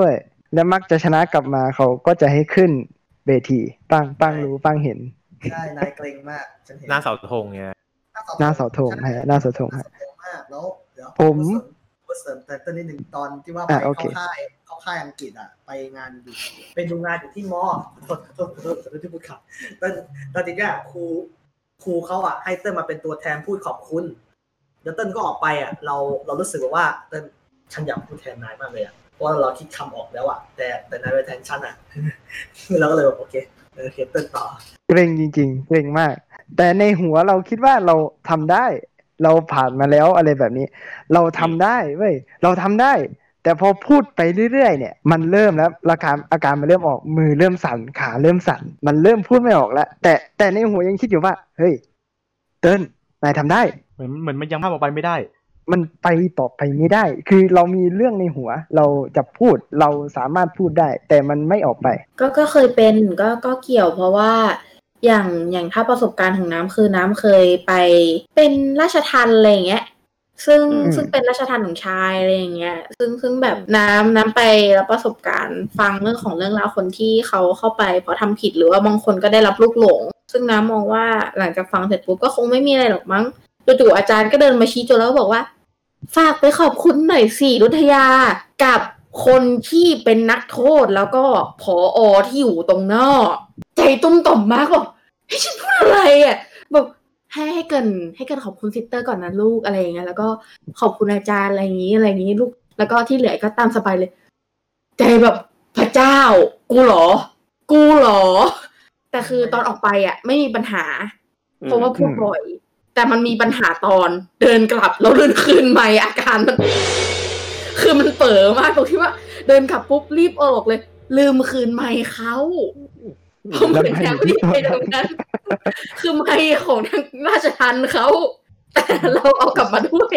และมักจะชนะกลับมาเขาก็จะให้ขึ้นเวทีปังรู้ปังเห็นใช่นายเกรงมากฉันเห็นหน้าเสาธงไงหน้าเสาธงฮะหน้าเสาธงฮะมากแล้วเดี๋ยวผมเสริมแต่ต้นนิดนึงตอนที่ว่าไปโอเคเข้าค่ายอังกฤษอ่ะไปงานอยู่ไปดูงานอยู่ที่มอโทษที่พูดขับตอนนี้เนี่ยครูเขาอ่ะให้เติ้ลมาเป็นตัวแทนพูดขอบคุณแล้วเติ้ลก็ออกไปอ่ะเรารู้สึกว่าเติ้ลฉันอยากพูดแทนนายมากเลยอ่ะเพราะเราคิดคำออกแล้วอ่ะแต่นายไปแทนฉันอ่ะ เราก็เลยแบบโอเคเติ้ลต่อเกรงจริงๆเกรงมากแต่ในหัวเราคิดว่าเราทำได้เราผ่านมาแล้วอะไรแบบนี้เราทำได้เว้ยเราทำได้แต่พอพูดไปเรื่อยๆเนี่ยมันเริ่มแล้วอาการมันเริ่มออกมือเริ่มสั่นขาเริ่มสั่นมันเริ่มพูดไม่ออกแล้วแต่ในหัวยังคิดอยู่ว่าเฮ้ยเติ้ลนายทำได้เหมือนมันยังภาพออกไปไม่ได้มันไปต่อไปไม่ได้คือเรามีเรื่องในหัวเราจะพูดเราสามารถพูดได้แต่มันไม่ออกไปก็เคยเป็นก็เกี่ยวเพราะว่าอย่างถ้าประสบการณ์ของน้ำคือน้ำเคยไปเป็นราชทัณฑ์อะไรอย่างเงี้ยซึ่งเป็นราชทัณฑ์ของชายอะไรอย่างเงี้ยซึ่งแบบน้ำไปรับประสบการณ์ฟังเรื่องราวคนที่เขาเข้าไปเพราะทำผิดหรือว่าบางคนก็ได้รับลูกหลงซึ่งน้ำมองว่าหลังจากฟังเสร็จปุ๊บก็คงไม่มีอะไรหรอกมั้งจู่ๆอาจารย์ก็เดินมาชี้ตัวแล้วบอกว่าฝากไปขอบคุณหน่อยสิรุทยากับคนที่เป็นนักโทษแล้วก็ผอ.ที่อยู่ตรงนอกใจตุ้มต่อมมากบอกให้ฉันพูดอะไรอ่ะบอกให้เกินขอบคุณซิสเตอร์ก่อนนะลูกอะไรอย่างเงี้ยแล้วก็ขอบคุณอาจารย์อะไรอย่างงี้ลูกแล้วก็ที่เหลือก็ตามสบายเลยใจแบบพระเจ้ากูเหรอแต่คือตอนออกไปอ่ะไม่มีปัญหาเพราะว่าพูดบ่อยแต่มันมีปัญหาตอนเดินกลับแล้วเดินคืนใหม่อาการมันคือมันเป๋อมากตรงที่ว่าเดินกลับปุ๊บรีบออกเลยลืมคืนไมค์เขาผมเหมือนแค่รีบไปตรงนั้นคือไมค์ของทางราชทัณฑ์เขาแต่เราเอากลับมาด้วย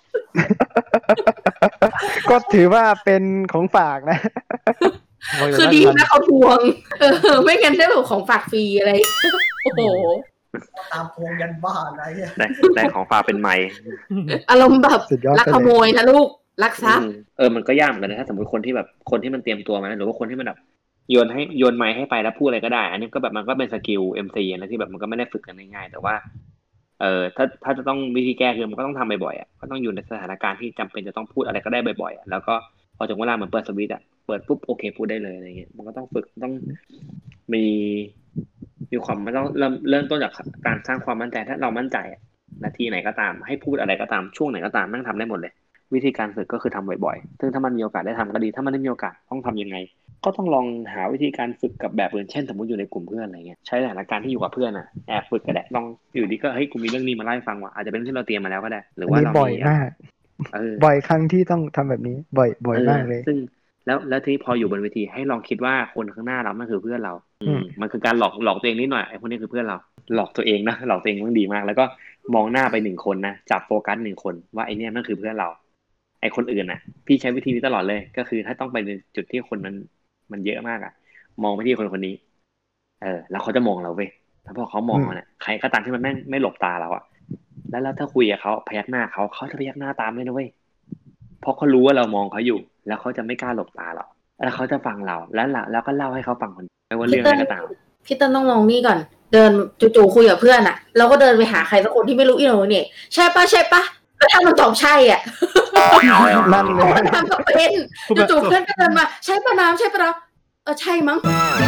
ก็ถือว่าเป็นของฝากนะคือดีนะเขาทวงไม่งั้นได้แบบของฝากฟรีอะไรโอ้โหตามทวงยันบ้าอะไรได้ของฝากเป็นไม้อารมณ์แบบลักขโมยนะลูกลักทรัพย์มันก็ยากเหมือนกันนะถ้าสมมติคนที่มันเตรียมตัวมาหรือว่าคนที่มันแบบโยนไม้ให้ไปแล้วพูดอะไรก็ได้อันนี้ก็แบบมันก็เป็นสกิล MC นะที่แบบมันก็ไม่ได้ฝึกกันง่ายๆแต่ว่าถ้าจะต้องวิธีแก้คือมันก็ต้องทำบ่อยๆอ่ะก็ต้องอยู่ในสถานการณ์ที่จำเป็นจะต้องพูดอะไรก็ได้บ่อยๆอ่ะแล้วก็พอถึงเวลาเหมือนเปิดสวิตช์อ่ะเปิดปุ๊บโอเคพูดได้เลยอะไรเงี้ยมันก็ต้องฝึกต้องมีความมันต้องเริ่มต้นจากการสร้างความมั่นใจถ้าเรามั่นใจนาทีไหนก็ตามให้พูดอะไรก็ตามช่วงไหนก็ตามนั่งทำได้หมดเลยวิธีการฝึกก็คือทำบ่อยๆซึ่งถ้ามันมีโอกาสได้ทำก็ดีถ้ามันไม่มีโอกาสต้องทำยังไงก็ต้องลองหาวิธีการฝึกกับแบบอื่นเช่นสมมติอยู่ในกลุ่มเพื่อนอะไรเงี้ยใช้สถานการณ์ที่อยู่กับเพื่อนอ่ะแอบฝึกก็ได้ลองอยู่ดีก็เฮ้ยกูมีเรื่องนี้มาเล่าให้ฟังว่ะอาจจะเป็นที่เราเตรียมมาแล้วก็ได้หรือว่าเราบ่อยมากบ่อยครั้งที่ต้องทำแบบนี้บ่อยมากเลยซึ่งแล้วที่พออยู่บนเวทีให้ลองคิดว่าคนข้างหน้าเรามันคือเพื่อนเรามันคือการหลอกตัวเองนิดหน่อยไอ้พวกนี้คือเพื่อนเราหลอกตัวเองนะหลอกตัวเองมันดีมากแล้วก็มองหน้าไป1คนนะจับโฟกัส1คนว่าไอ้เนี่ยมันคือเพื่อนเราไอ้คนอื่นน่ะพี่ใช้วิธีนี้ตลอดเลยก็คือถ้าต้องไปในจุดที่คนมันเยอะมากอ่ะมองไปที่คนนี้แล้วเขาจะมองเราเว้ยถ้าพอเขามองเราเนี่ยใครก็ตามที่มันไม่หลบตาเราอ่ะแล้วถ้าคุยกับเขาพยักหน้าเขาจะพยักหน้าตามเลยนะเว้ยเพราะเขารู้ว่าเรามองเขาอยู่แล้วเขาจะไม่กล้าหลบตาเราแล้วเขาจะฟังเราแล้วก็เล่าให้เขาฟังคนไม่ว่าเรื่องอะไรก็ตามพี่เติ้ลต้องลองนี่ก่อนเดินจู่ๆคุยกับเพื่อนอ่ะเราก็เดินไปหาใครสักคนที่ไม่รู้อีโน่เนี่ยใช่ปะแล้วถ้ามันตอบใช่อ่ะนั่นเลยทำก็เป็นจู่ๆเพื่อนก็เดินมาใช่ปะน้ำใช่ปะเราใช่มั้ง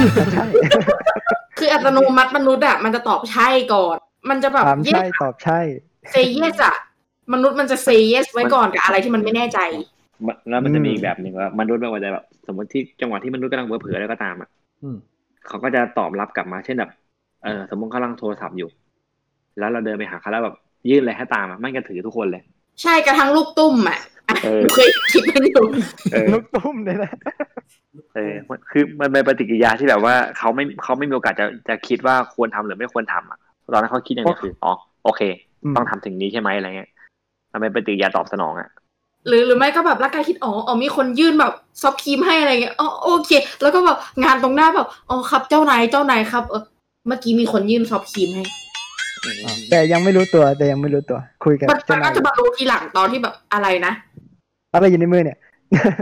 คืออัตโนมัติมนุษย์อ่ะมันจะตอบใช่ก่อนมันจะแบบใช่ตอบใช่เซย์เยสอ่ะมนุษย์มันจะเซย์เยสไว้ก่อนกับอะไรที่มันไม่แน่ใจแล้วมันจะมีแบบนึงว่ามนุษย์ไม่ว่าจะแบบสมมติที่จังหวะที่มนุษย์กำลังเผลออะไรก็ตามอ่ะเขาก็จะตอบรับกลับมาเช่นแบบสมมติเขากำลังโทรศัพท์อยู่แล้วเราเดินไปหาเขาแล้วแบบยื่นอะไรให้ตามอ่ะมันก็ถือทุกคนเลยใช่กระทั่งลูกตุ้มอ่ะเคยคิดมันอยู่ลูกตุ้มเลยนะคือมันเป็นปฏิกิริยาที่แบบว่าเขาไม่มีโอกาสจะคิดว่าควรทำหรือไม่ควรทำอ่ะตอนนั้นเขาคิดอย่างนี้คือโอเคต้องทำสิ่งนี้ใช่ไหมอะไรเงี้ยมันเป็นปฏิกิริยาตอบสนองอ่ะหรือไม่ก็แบบร่างกายคิดมีคนยื่นแบบซอฟต์ครีมให้อะไรเงี้ยโอเคแล้วก็แบบงานตรงหน้าแบบครับเจ้านายครับเมื่อกี้มีคนยื่นซอฟต์ครีมให้แต่ยังไม่รู้ตัวคุยกันมันก็จะมารู้ทีหลังตอนที่แบบอะไรนะอะไรอยู่ในมือเนี่ย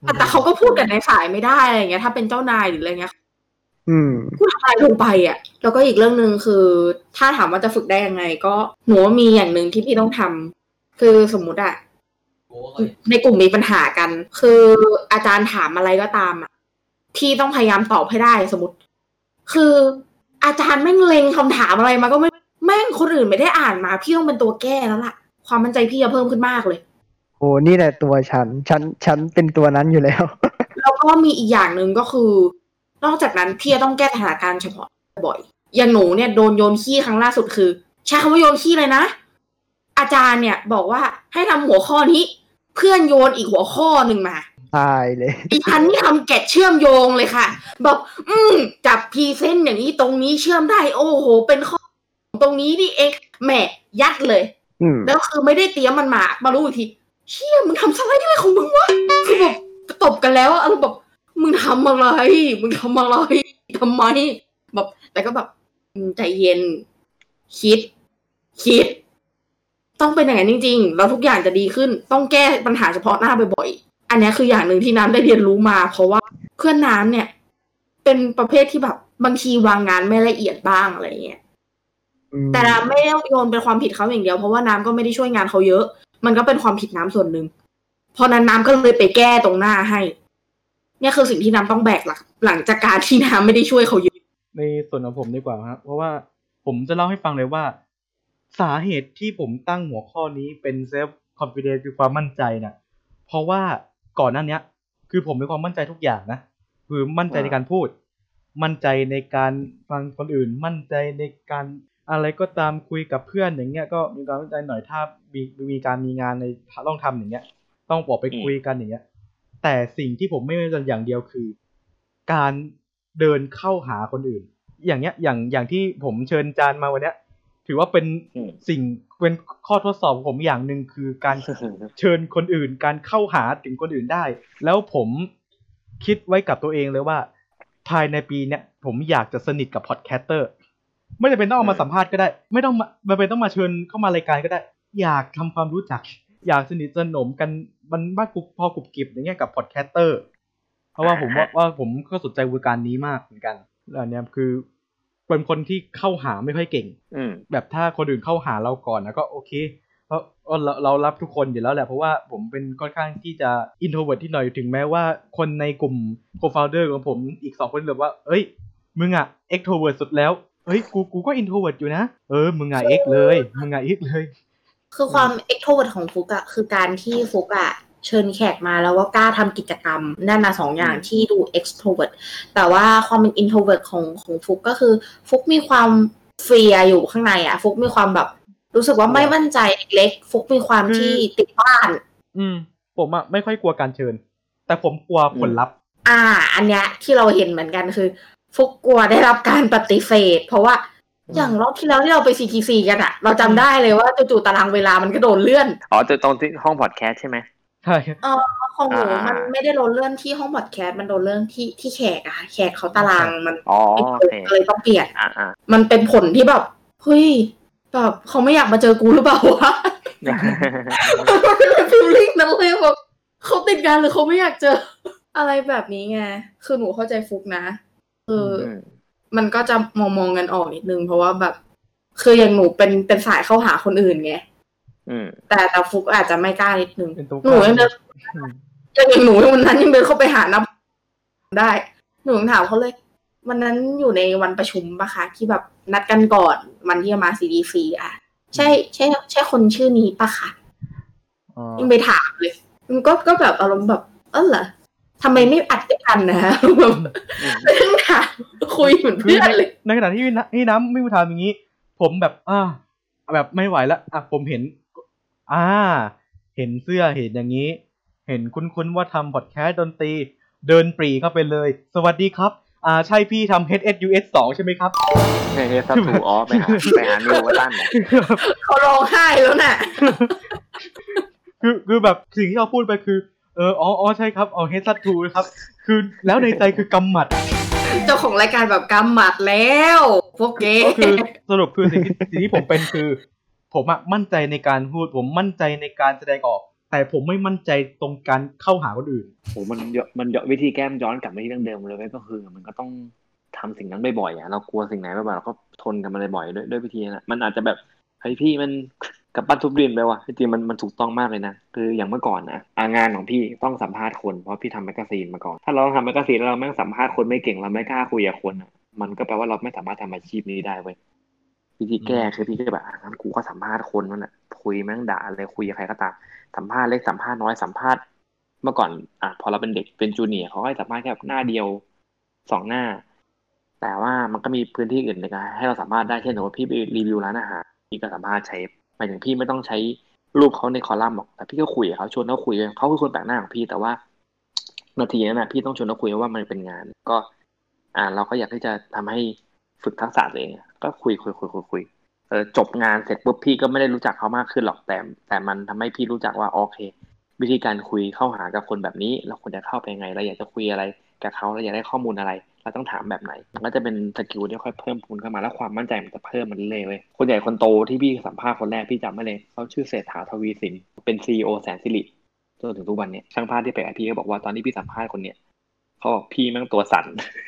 แต่เขาก็พูดกันในสายไม่ได้อะไรเงี้ยถ้าเป็นเจ้านายหรืออะไรเงี้ยพูดอะไรลงไปอ่ะแล้วก็อีกเรื่องนึงคือถ้าถามว่าจะฝึกได้ยังไงก็หนูว่ามีอย่างนึงที่พี่ต้องทำคือสมมุติอะในกลุ่มมีปัญหากันคืออาจารย์ถามอะไรก็ตามอ่ะพี่ต้องพยายามตอบให้ได้สมมติคืออาจารย์แม่งเล็งคำถามอะไรมาก็ไม่แม่งคนอื่นไม่ได้อ่านมาพี่ต้องเป็นตัวแก้แล้วล่ะความมั่นใจพี่จะเพิ่มขึ้นมากเลยโอ้นี่แหละตัวฉันเป็นตัวนั้นอยู่แล้วแล้วก็มีอีกอย่างหนึ่งก็คือนอกจากนั้นพี่จะต้องแก้สถานการณ์เฉพาะบ่อยอย่างหนูเนี่ยโดนโยนขี้ครั้งล่าสุดคือใช้คำว่าโยนขี้เลยนะอาจารย์เนี่ยบอกว่าให้ทำหัวข้อนี้เพื่อนโยนอีกหัวข้อหนึ่งมาตายเลยดิฉันนี่ทำแกะเชื่อมโยงเลยค่ะบอกจับพรีเซนต์อย่างนี้ตรงนี้เชื่อมได้โอ้โหเป็นข้อตรงนี้นี่เองแหมยัดเลยแล้วคือไม่ได้เตรียมมันมารู้อีกทีเชี่ยมึงทำสไลด์อะไรของมึงวะคือแบบตบกันแล้วอารมณ์แบบมึงทำอะไรทำไมแบบแต่ก็แบบใจเย็นคิดต้องเป็นอย่างนั้นจริงๆแล้วทุกอย่างจะดีขึ้นต้องแก้ปัญหาเฉพาะหน้าบ่อยๆอันนี้คืออย่างหนึ่งที่น้ำได้เรียนรู้มาเพราะว่าเพื่อนน้ำเนี่ยเป็นประเภทที่แบบบางทีวางงานไม่ละเอียดบ้างอะไรเงี้ยแต่น้ำไม่ได้โยนเป็นความผิดเขาอย่างเดียวเพราะว่าน้ำก็ไม่ได้ช่วยงานเขาเยอะมันก็เป็นความผิดน้ำส่วนหนึ่งเพราะนั้นน้ำก็เลยไปแก้ตรงหน้าให้เนี่ยคือสิ่งที่น้ำต้องแบกหลังจากการที่น้ำไม่ได้ช่วยเขาเยอะในส่วนของผมดีกว่าครับเพราะว่าผมจะเล่าให้ฟังเลยว่าสาเหตุที่ผมตั้งหัวข้อนี้เป็น self confidence คือความมั่นใจนะเพราะว่าก่อนหน้านี้คือผมมีความมั่นใจทุกอย่างนะคือมั่นใจในการพูดมั่นใจในการฟังคนอื่นมั่นใจในการอะไรก็ตามคุยกับเพื่อนอย่างเงี้ยก็มีความมั่นใจหน่อยถ้ามีการมีงานในต้องทำอย่างเงี้ยต้องบอกไปคุยกันอย่างเงี้ยแต่สิ่งที่ผมไม่มั่นใจอย่างเดียวคือการเดินเข้าหาคนอื่นอย่างเงี้ยอย่างที่ผมเชิญจานมาวันเนี้ยถือว่าเป็นสิ่งเป็นข้อทดสอบของผมอย่างนึงคือการเชิญคนอื่นการเข้าหาถึงคนอื่นได้แล้วผมคิดไว้กับตัวเองเลยว่าภายในปีเนี้ยผมอยากจะสนิทกับพอดแคสเตอร์ไม่จำเป็นต้องเอามาสัมภาษณ์ก็ได้ไม่ต้องมาเป็นต้องมาเชิญเข้ามารายการก็ได้อยากทำความรู้จักอยากสนิทสนมกันมันบ้านกุบพอกรุบกริบอย่างเงี้ยกับพอดแคสเตอร์เพราะว่าผมก็สนใจวงการนี้มากเหมือนกันแล้วอันเนี้ยคือเป็นคนที่เข้าหาไม่ค่อยเก่งแบบถ้าคนอื่นเข้าหาเราก่อนนะก็โอเคเพราะเรารับทุกคนอยู่แล้วแหละเพราะว่าผมเป็นค่อนข้างที่จะ introvert ที่หน่อยถึงแม้ว่าคนในกลุ่ม co-founder ของผมอีก2คนแบบว่าเอ้ยมึงอ่ะ extrovert สุดแล้วเฮ้ยกูก็ introvert อยู่นะมึงอ่ะ x เลยคือความ extrovert ของฟุกอะคือการที่ฟุกอะเชิญแขกมาแล้วว่ากล้าทำกิจกรรมนั่นนะ2อย่างที่ดู extrovert แต่ว่าความเป็น introvert ของฟุกก็คือฟุกมีความเฟียอยู่ข้างในอะฟุกมีความแบบรู้สึกว่าไม่มั่นใจเล็กฟุกมีความที่ติดบ้านผมอะไม่ค่อยกลัวการเชิญแต่ผมกลัวผลลัพธ์อันเนี้ยที่เราเห็นเหมือนกันคือฟุกกลัวได้รับการปฏิเสธเพราะว่าอย่างรอบที่แล้วที่เราไป CTC กันอะเราจำได้เลยว่าจู่ๆตารางเวลามันก็โดนเลื่อนตรงที่ห้องพอดแคสต์ใช่ไหมใช่ของหนูมันไม่ได้โดนเลื่อนที่ห้องพอดแคสต์มันโดนเลื่อนที่แขกอะแขกเขาตารางมันเลยต้องเปลี่ยนมันเป็นผลที่แบบเฮ้ยแบบเขาไม่อยากมาเจอกูหรือเปล่าวะมันเป็นฟีลลิ่งนั้นเลยแบบเขาติดงานหรือเขาไม่อยากเจออะไรแบบนี้ไงคือหนูเข้าใจฟุกนะมันก็จะมองกันออกนิดนึงเพราะว่าแบบคืออย่างหนูเป็นสายเข้าหาคนอื่นไงแต่ฟุกอาจจะไม่กล้านิดนึงหนูยังเดินอย่างหนูวันนั้นยังเดินเข้าไปหานับได้หนูถามเขาเลยวันนั้นอยู่ในวันประชุมปะคะที่แบบนัดกันก่อนวันที่จะมา CDC อ่ะใช่คนชื่อนี้ปะคะยังไปถามเลยมันก็แบบอารมณ์แบบเหรอทำไมไม่อัดด้วยกันนะแบบเรื่องถามคุยเหมือนเพื่อนเลยในขณะที่น้ำไม่มาถามอย่างนี้ผมแบบแบบไม่ไหวแล้วผมเห็นเห็นเสื้อเห็นอย่างนี้เห็นคุ้นว่าทำพอดแคสต์ดนตรีเดินปรีเข้าไปเลยสวัสดีครับใช่พี่ทำ HSUS 2ใช่ไหมครับครับถูกไปหานิวว่าตั้นเขาร้องไห้แล้วน่ะคือแบบสิ่งที่เขาพูดไปคือใช่ครับเอาHSU ครับคือแล้วในใจคือกำหมัดเจ้าของรายการแบบกำหมัดแล้วพวกเก๋คือสรุปคือสิ่งที่ผมเป็นคือผมมั่นใจในการพูดผมมั่นใจในการแสดงออกแต่ผมไม่มั่นใจตรงการเข้าหาคนอื่นโหมันวิธีแก้มย้อนกลับมาที่เรื่องเดิมเลยก็คือมันก็ต้องทำสิ่งนั้นบ่อยๆเรากลัวสิ่งไหนบ่อยๆเราก็ทนกับมันบ่อยๆด้วยวิธีนั้นมันอาจจะแบบเฮ้ยพี่มันกับปั้นทุบดินไปว่ะจริงๆมันถูกต้องมากเลยนะคืออย่างเมื่อก่อนนะงานของพี่ต้องสัมภาษณ์คนเพราะพี่ทำแมกกาซีนมาก่อนถ้าเราทำแมกกาซีนแล้วเราไม่สัมภาษณ์คนไม่เก่งเราไม่กล้าคุยกับคนมันก็แปลว่าเราไม่สามารถทำอาชีพนี้ได้เว้ยวิธีแก้คือพี่ก็แบบงั้นกูก็สัมภาษณ์คนนั่นแหละคุยแม่งด่าอะไรคุยกับใครก็ตามสัมภาษณ์เล็กสัมภาษณ์น้อยสัมภาษณ์เมื่อก่อนพอเราเป็นเด็กเป็นจูเนียร์เขาให้สัมภาษณ์แค่หน้าเดียว2 หน้าแต่ว่ามันก็มีพื้นที่อื่นในการให้เราสัมภาษณ์ได้เช่นสมมติพี่ไปรีวิวร้านอาหารพี่ก็สัมภาษณ์เชฟหมายถึงพี่ไม่ต้องใช้รูปเขาในคอลัมน์หรอกแต่พี่ก็คุยกับเขาชวนเขาคุยเขาคือคนแปลกหน้าของพี่แต่ว่านาทีนั้นพี่ต้องชวนเขาคุยว่ามันเป็นงานก็เราก็อยากที่จะทำให้ฝึกทักษะตัวเองก็คุยจบงานเสร็จปุ๊บพี่ก็ไม่ได้รู้จักเขามากขึ้นหรอกแต่มันทำให้พี่รู้จักว่าโอเควิธีการคุยเข้าหากับคนแบบนี้เราควรจะเข้าไปยังไงเราอยากจะคุยอะไรกับเขาเราอยากได้ข้อมูลอะไรเราต้องถามแบบไหนมันก็จะเป็นสกิลที่ค่อยเพิ่มพูนเข้ามาแล้วความมั่นใจมันจะเพิ่มมันเรื่อยๆเว้ยคนใหญ่คนโตที่พี่สัมภาษณ์คนแรกพี่จำไม่เลยเขาชื่อเศรษฐาทวีสินเป็นCEOแสนสิริจนถึงทุกวันเนี่ยช่างภาพที่ไปกับพี่ก็บอกว่าตอนที่พี่สัมภาษณ์คนเนี้ยเขาบอกพี่แม่งตัวสั่น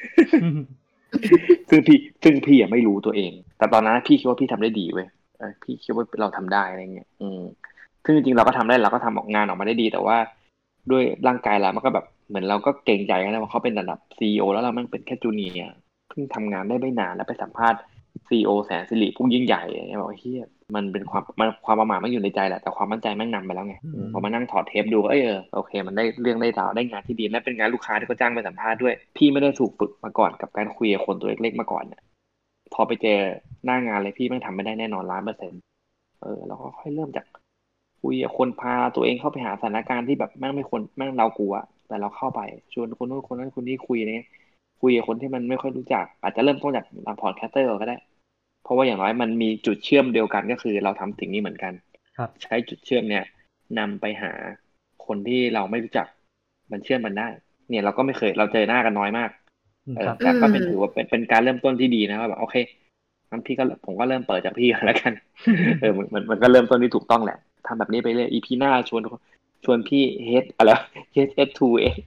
ซึ่งพี่ไม่รู้ตัวเองแต่ตอนนั้นพี่คิดว่าพี่ทำได้ดีเว้ยพี่คิดว่าเราทำได้อะไรเงี้ยซึ่งจริงๆเราก็ทำได้เราก็ทำออกงานออกมาได้ดีแต่ว่าด้วยร่างกายเรามันก็แบบเหมือนเราก็เกรงใจนะว่าเขาเป็นระดับ CEO แล้วเรามันเป็นแค่จูเนียร์เพิ่งทำงานได้ไม่นานแล้วไปสัมภาษณ์ CEO แสนสิริผู้ยิ่งใหญ่อย่างเงี้ยบอกเฮียมันเป็นความประมาทมันอยู่ในใจแหละแต่ความมั่นใจแม่งนำไปแล้วไงพอมานั่งถอดเทปดูโอเคมันได้เรื่องได้ราวได้งานที่ดีและเป็นงานลูกค้าที่เขาจ้างไปสัมภาษณ์ด้วยพี่ไม่ได้ถูกฝึกมาก่อนกับการคุยกับคนตัวเล็กๆมาก่อนเนี่ยพอไปเจอหน้างานเลยพี่แม่งทำไม่ได้แน่นอน100%เราก็ค่อยเริ่มจากคุยกับคนพาตัวเองเข้าไปหาสถานการณ์ที่แบบแม่งเรากลัวแต่เราเข้าไปชวนคนนู้นคนนั้นคนนี้คุยเนี่ยคุยกับคนที่มันไม่ค่อยรู้จักอาจจะเริ่มต้นจากพอดแคสเตอร์ก็ได้เพราะว่าอย่างน้อยมันมีจุดเชื่อมเดียวกันก็คือเราทำสิ่งนี้เหมือนกันใช้จุดเชื่อมเนี่ยนำไปหาคนที่เราไม่รู้จักมันเชื่อมมันได้เนี่ยเราก็ไม่เคยเราเจอหน้ากันน้อยมากแต่ก็เป็นถือว่าเป็นการเริ่มต้นที่ดีนะว่าแบบโอเคงั้นผมก็เริ่มเปิดจากพี่แล้วกันมันก็เริ่มต้นที่ถูกต้องแหละทำแบบนี้ไปเรื่อย EP หน้าชวนพี่เฮดอะไรH2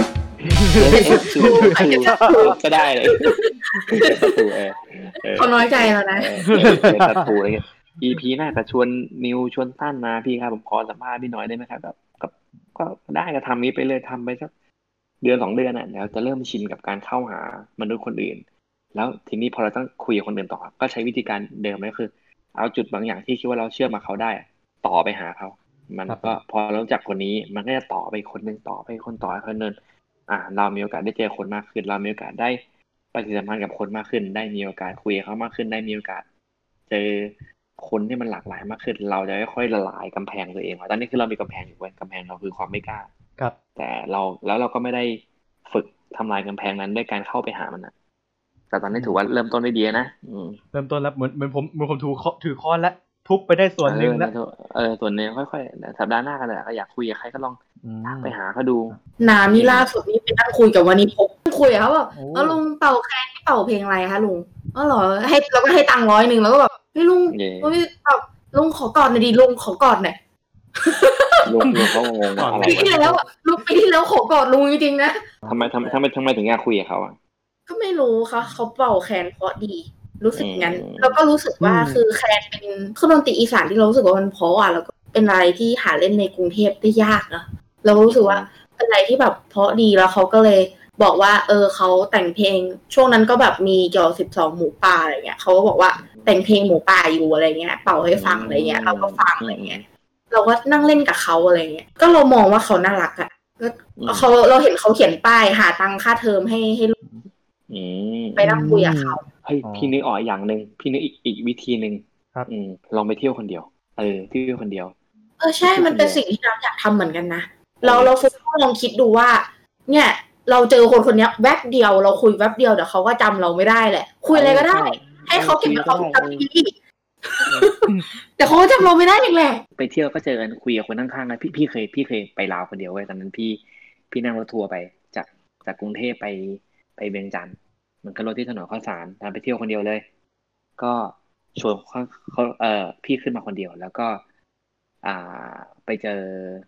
ก็ได้เลยเขาน้อยใจแล้วนะ H2 อะไรเงี้ย EP หน้าจะชวนนิวชวนตั้นมาพี่ครับผมขอสัมภาษณ์พี่หน่อยได้ไหมครับก็ได้ก็ทำนี้ไปเลยทำไปสัก1-2 เดือนเดี๋ยวจะเริ่มชินกับการเข้าหามนุษย์คนอื่นแล้วทีนี้พอเราต้องคุยกับคนอื่นต่อก็ใช้วิธีการเดิมก็คือเอาจุดบางอย่างที่คิดว่าเราเชื่อมาเขาได้ต่อไปหาเขามันก็พอเรารู้จักคนนี้มันก็จะต่อไปคนนึงต่อไปคนต่อคนนึงเรามีโอกาสได้เจอคนมากขึ้นเรามีโอกาสได้ปฏิสัมพันธ์กับคนมากขึ้นได้มีโอกาสคุยกับเขามากขึ้นได้มีโอกาสเจอคนที่มันหลากหลายมากขึ้นเราจะค่อยๆละลายกำแพงตัวเองตอนนี้คือเรามีกำแพงอยู่กำแพงเราคือความไม่กล้าครับแต่เราก็ไม่ได้ฝึกทำลายกำแพงนั้นด้วยการเข้าไปหามันนะแต่ตอนนี้ถือว่าเริ่มต้นได้ดีนะเริ่มต้นแล้วเหมือนผมถือค้อนแล้วทุบไปได้ส่วนหนึ่งแล้วส่วนนึงค่อยๆสัปดาห์หน้ากันเลยอยากคุยกับใครก็ลองไปหาเขาดูน้ำนี่ล่าสุดนี่ไปนั่งคุยกับวันนี้พบคุยเขาบอกแล้วลุงเป่าแคนที่เป่าเพลงอะไรคะลุงเหรอให้เราก็ให้ตังค์100แล้วก็แบบเฮ้ยลุงลุงขอกอดหน่อยดิลุงขอกอดหน่อยลุงเขางงว่าอะไรปีที่แล้วลุงปีที่แล้วขอกอดลุงจริงๆนะทำไมถึงอยากคุยกับเขาก็ไม่รู้ค่ะเขาเป่าแคนเพราะดีรู้สึกงั้นแล้วก็รู้สึกว่าคือแคนเป็นเครื่องดนตรีอีสานที่เรารู้สึกว่ามันเพราะแล้วก็เป็นอะไรที่หาเล่นในกรุงเทพได้ยากนะเรารู้สึกว่าเป็นอะไรที่แบบเพราะดีแล้วเขาก็เลยบอกว่าเขาแต่งเพลงช่วงนั้นก็แบบมีเกี่ยวกับ12หมูป่าอะไรเงี้ยเขาก็บอกว่าแต่งเพลงหมูป่าอยู่อะไรเงี้ยเป่าให้ฟังอะไรเงี้ยเราก็ฟังอะไรเงี้ยเราก็นั่งเล่นกับเขาอะไรเงี้ยก็เรามองว่าเขาน่ารักอ่ะก็เราเห็นเขาเขียนป้ายหาตังค่าเทอมให้ไปนั่งคุยกับเขาเฮ้ยพี่นึกออกอย่างนึงพี่นึกอีกวิธีนึงลองไปเที่ยวคนเดียวเที่ยวคนเดียวใช่มันเป็นสิ่งที่เราอยากทำเหมือนกันนะเราฟุกลองคิดดูว่าเนี่ยเราเจอคนเนี้ยแวบเดียวเราคุยแวบเดียวเดี๋ยวเขาก็จำเราไม่ได้แหละคุยอะไรก็ได้ให้เขาเก็บความจำดีแต่เขาจำเราไม่ได้เองแหละไปเที่ยวก็เจอกันคุยกับคนข้างๆนะพี่เคยไปลาวคนเดียวเว้ยตอนนั้นพี่นั่งรถทัวร์ไปจากกรุงเทพไปเวียงจันทร์มันก็รถที่ถนนข้าวสารไปเที่ยวคนเดียวเลยก็ชวนเขาพี่ขึ้นมาคนเดียวแล้วก็ไปเจอ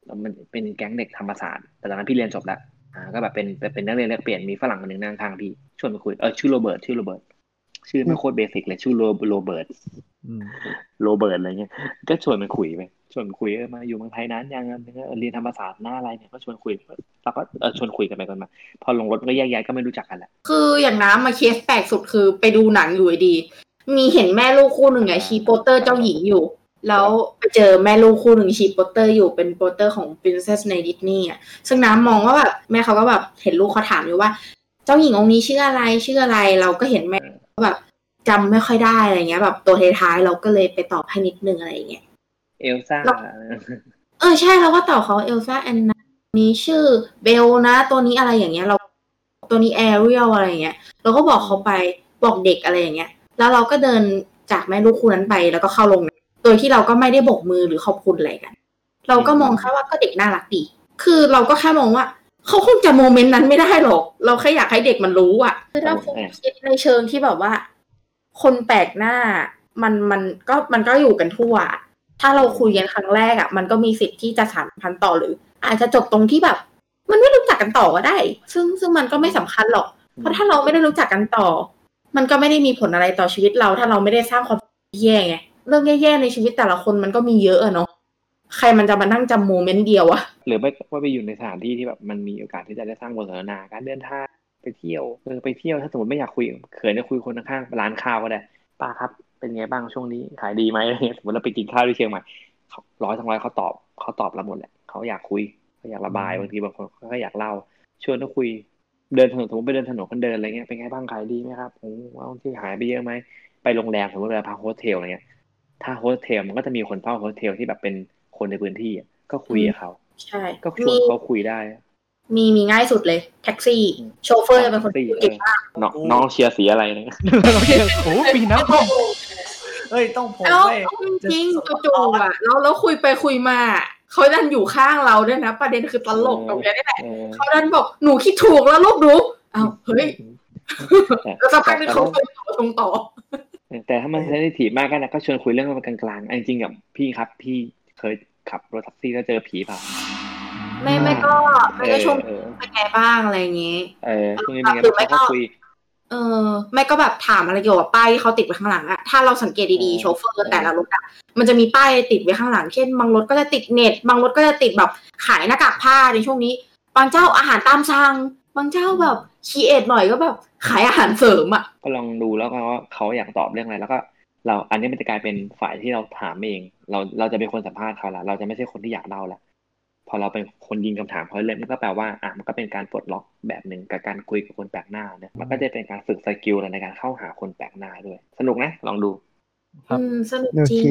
แล้วมันเป็นแก๊งเด็กธรรมศาสตร์แต่ตอนนั้นพี่เรียนจบแล้วก็แบบเป็นนักเรียนแลกเปลี่ยนมีฝรั่งคนหนึ่งนั่งข้างพี่ชวนไปคุยชื่อโรเบิร์ตชื่อไม่โคตรเบสิกเลยชื่อโรเบิร์ตอะไรเงี้ยก็ชวนไปคุยมาอยู่เมืองไทยนานยังเรียนธรรมศาสตร์หน้าอะไรเนี่ยก็ชวนคุยแล้วก็ชวนคุยกันไปกันมาพอลงรถก็แยกย้ายก็ไม่รู้จักกันแหละคืออย่างน้ำมาเคสแปลกสุดคือไปดูหนังอยู่ดีมีเห็นแม่ลูกคู่หนึ่งไงชี้โปสเตอร์เจ้าหญิงอยู่แล้วไปเจอแม่ลูกคู่หนึ่งชี้โปสเตอร์อยู่เป็นโปสเตอร์ของ Princess ในดิสนีย์อ่ะซึ่งน้ำมองว่าแบบแม่เขาก็แบบเห็นลูกเขาถามอยู่ว่าเจ้าหญิงองค์นี้ชื่ออะไรเราก็เห็นแม่แบบจำไม่ค่อยได้อะไรเงี้ยแบบตัวท้ายๆเราก็เลยไปตอบให้นิดนึงอะไรเงี้ยเอลซ่าใช่เราก็ตอบเขาเอลซ่าแอนนานี้ชื่อเบลนะตัวนี้อะไรอย่างเงี้ยเราตัวนี้แอเรียลอะไรอย่างเงี้ยเราก็บอกเขาไปบอกเด็กอะไรอย่างเงี้ยแล้วเราก็เดินจากแม่ลูกคู่นั้นไปแล้วก็เข้าลงโดยที่เราก็ไม่ได้โบกมือหรือขอบคุณอะไรกันเราก็มองแค่ว่าก็เด็กน่ารักดีคือเราก็แค่มองว่าเขาคงจะโมเมนต์นั้นไม่ได้หรอกเราแค่อยากให้เด็กมันรู้อ่ะคือถ้าผมคิดในเชิงที่แบบว่าคนแปลกหน้ามันก็อยู่กันทั่วถ้าเราคุยกันครั้งแรกอ่ะมันก็มีสิทธิ์ที่จะสานพันต่อหรืออาจจะจบตรงที่แบบมันไม่รู้จักกันต่อก็ได้ซึ่งมันก็ไม่สำคัญหรอกเพราะถ้าเราไม่ได้รู้จักกันต่อมันก็ไม่ได้มีผลอะไรต่อชีวิตเราถ้าเราไม่ได้สร้างความแย่ไงเรื่องแย่ๆในชีวิตแต่ละคนมันก็มีเยอะอะเนาะใครมันจะมานั่งจำโมเมนต์เดียวอะหรือไม่ว่าไปอยู่ในสถานที่ที่แบบมันมีโอกาสที่จะได้สร้างบทสนทนาการเดินทางไปเที่ยวถ้าสมมติไม่อยากคุยเขินจะคุยคนข้างๆร้านข้าวก็ได้ป้าครับเป็นไงบ้างช่วงนี้ขายดีไหมอะไรเงี้ยสมมติเราไปกินข้าวที่เชียงใหม่100-200เขาตอบเราหมดแหละเขาอยากคุยเขาอยากระบายบางทีบางคนเขาก็อยากเล่าชวนเขาคุยเดินถนนสมมติไปเดินถนนคนเดินอะไรเงี้ยเป็นไงบ้างขายดีไหมครับบางทีหายไปเยอะไหมไปโรงแรมสมมติเราพักโฮสเทลอะไรเงี้ยถ้าโฮสเทลมันก็จะมีคนเฝ้าโฮสเทลที่แบบเป็นคนในพื้นที่ก็คุยกับเขาใช่ก็ชวนเขาคุยได้มีง่ายสุดเลยแท็กซี่โชเฟอร์จะเป็นคนเก่งมากน้องเชียร์สีอะไรเนี่ยโอ้ปีน้ำต้องผมจริงจู่ๆอ่ะแล้วคุยไปคุยมาเขาดันอยู่ข้างเราด้วยนะประเด็นคือตลกตรงนี้นี่แหละเขาดันบอกหนูคิดถูกแล้วลูกดูอ้าวเฮ้ยแล้วสักพักนึงเขาตรงต่อแต่ถ้ามันเซนซิทีฟมากกันนะก็ชวนคุยเรื่องมันกลางๆจริงๆกับพี่ครับพี่เคยขับรถแท็กซี่แล้วเจอผีเปล่าไม่ก็ชมเป็นไงบ้างอะไรอย่างงี้ช่วงนี้เป็นไงบ้างเขาคุยไม่ก็แบบถามอะไรเกี่ยวกับป้ายที่เขาติดไว้ข้างหลังอะถ้าเราสังเกตดีๆโชเฟอร์แต่ละรถอะมันจะมีป้ายติดไว้ข้างหลังเช่นบางรถก็จะติดเน็ตบางรถก็จะติดแบบขายหน้ากากผ้าในช่วงนี้บางเจ้าอาหารตามสั่งบางเจ้าแบบคีเอทหน่อยก็แบบขายอาหารเสริมอะก็ลองดูแล้วก็ว่าเขาอยากตอบเรื่องอะไรแล้วก็เราอันนี้มันจะกลายเป็นฝ่ายที่เราถามเองเราจะเป็นคนสัมภาษณ์เขาละเราจะไม่ใช่คนที่อยากเล่าละพอเราเป็นคนยิงคำถามเขาเลยมันก็แปลว่ามันก็เป็นการปลดล็อกแบบหนึ่งกับการคุยกับคนแปลกหน้าเนี่ยมันก็จะเป็นการฝึกสกิลในการเข้าหาคนแปลกหน้าด้วยสนุกนะลองดูสนุกจริง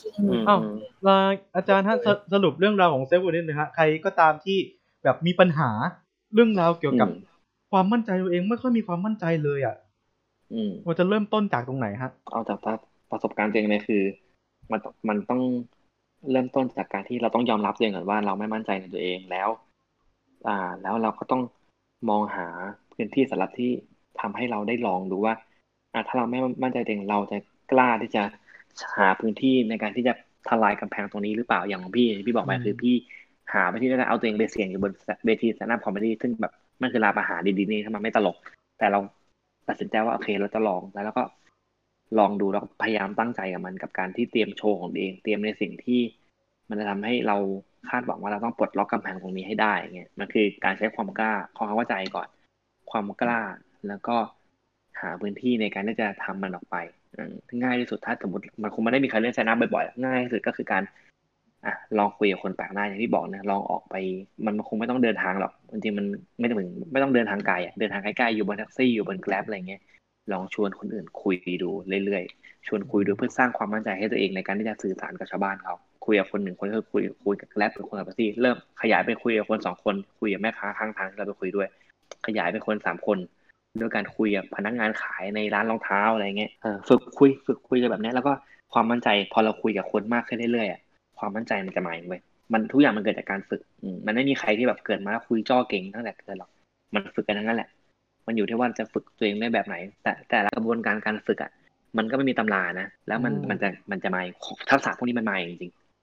อาจารย์ฮะสรุปเรื่องราวของเซฟวูดนิดนึงฮะใครก็ตามที่แบบมีปัญหาเรื่องราวเกี่ยวกับความมั่นใจตัวเองไม่ค่อยมีความมั่นใจเลยอ่ะเราจะเริ่มต้นจากตรงไหนฮะเอาจากประสบการณ์ตัวเองเลยคือมันต้องเริ่มต้นจากการที่เราต้องยอมรับตัวเองก่อนว่าเราไม่มั่นใจในตัวเองแล้วเราก็ต้องมองหาพื้นที่สำหรับที่ทำให้เราได้ลองดูว่าถ้าเราไม่มั่นใจตัวเองเราจะกล้าที่จะหาพื้นที่ในการที่จะทลายกำแพงตรงนี้หรือเปล่าอย่างของพี่บอกไปคือพี่หาพื้นที่ได้เอาตัวเองไปเสี่ยงอยู่บนเวทีสแตนด์อัพคอมเมดี้ซึ่งแบบมันคือลาประหารดีๆนี่ถ้ามันไม่ตลกแต่เราตัดสินใจว่าโอเคเราจะลองแล้วก็ลองดูแล้วพยายามตั้งใจกับมันกับการที่เตรียมโชว์ของตัวเองเตรียมในสิ่งที่มันจะทำให้เราคาดหวังว่าเราต้องปลดล็อกกำแพงตรงนี้ให้ได้เงี้ยมันคือการใช้ความกล้าความเข้าใจก่อนความกล้าแล้วก็หาพื้นที่ในการที่จะทำมันออกไปง่ายที่สุดถ้าสมมติมันคงไม่ได้มีใครเล่นไซนับบ่อยๆง่ายที่สุดก็คือการลองคุยกับคนแปลกหน้าอย่างที่บอกนะลองออกไปมันคงไม่ต้องเดินทางหรอกจริงๆมันไม่ต้องเดินทางไกลเดินทางใกล้ๆอยู่บนแท็กซี่อยู่บน Grab อะไรเงี้ยลองชวนคนอื่นคุยดูเรื่อยๆชวนคุยดูเพื่อสร้างความมั่นใจให้ตัวเองในการที่จะสื่อสารกับชาวบ้านเขาคุยกับคนหนึ่งคนก็คุยกับ Grab หรือคนกับแท็กซี่เริ่มขยายไปคุยกับคน2คนคุยกับแม่ค้าข้างทางที่เราไปคุยด้วยขยายไปคน3คนด้วยการคุยกับพนักงานขายในร้านรองเท้าอะไรเงี้ยฝึกคุยกันแบบนี้แล้วก็ความมั่นใจพอเราคุยกับคนมากขึ้นเรื่อยๆความมั่นใจมันจะมาเองเว้ยมันทุกอย่างมันเกิดจากการฝึกมันไม่มีใครที่แบบเกิดมาคุยจ้อเก่งตั้งแต่เกิดหรอกมันฝึกกันทั้งนั้นแหละมันอยู่ที่ว่าจะฝึกตัวเองได้แบบไหนแต่ละกระบวนการฝึกมันก็ไม่มีตำรานะแล้วมันจะมาทักษะพวกนี้มันมาจริง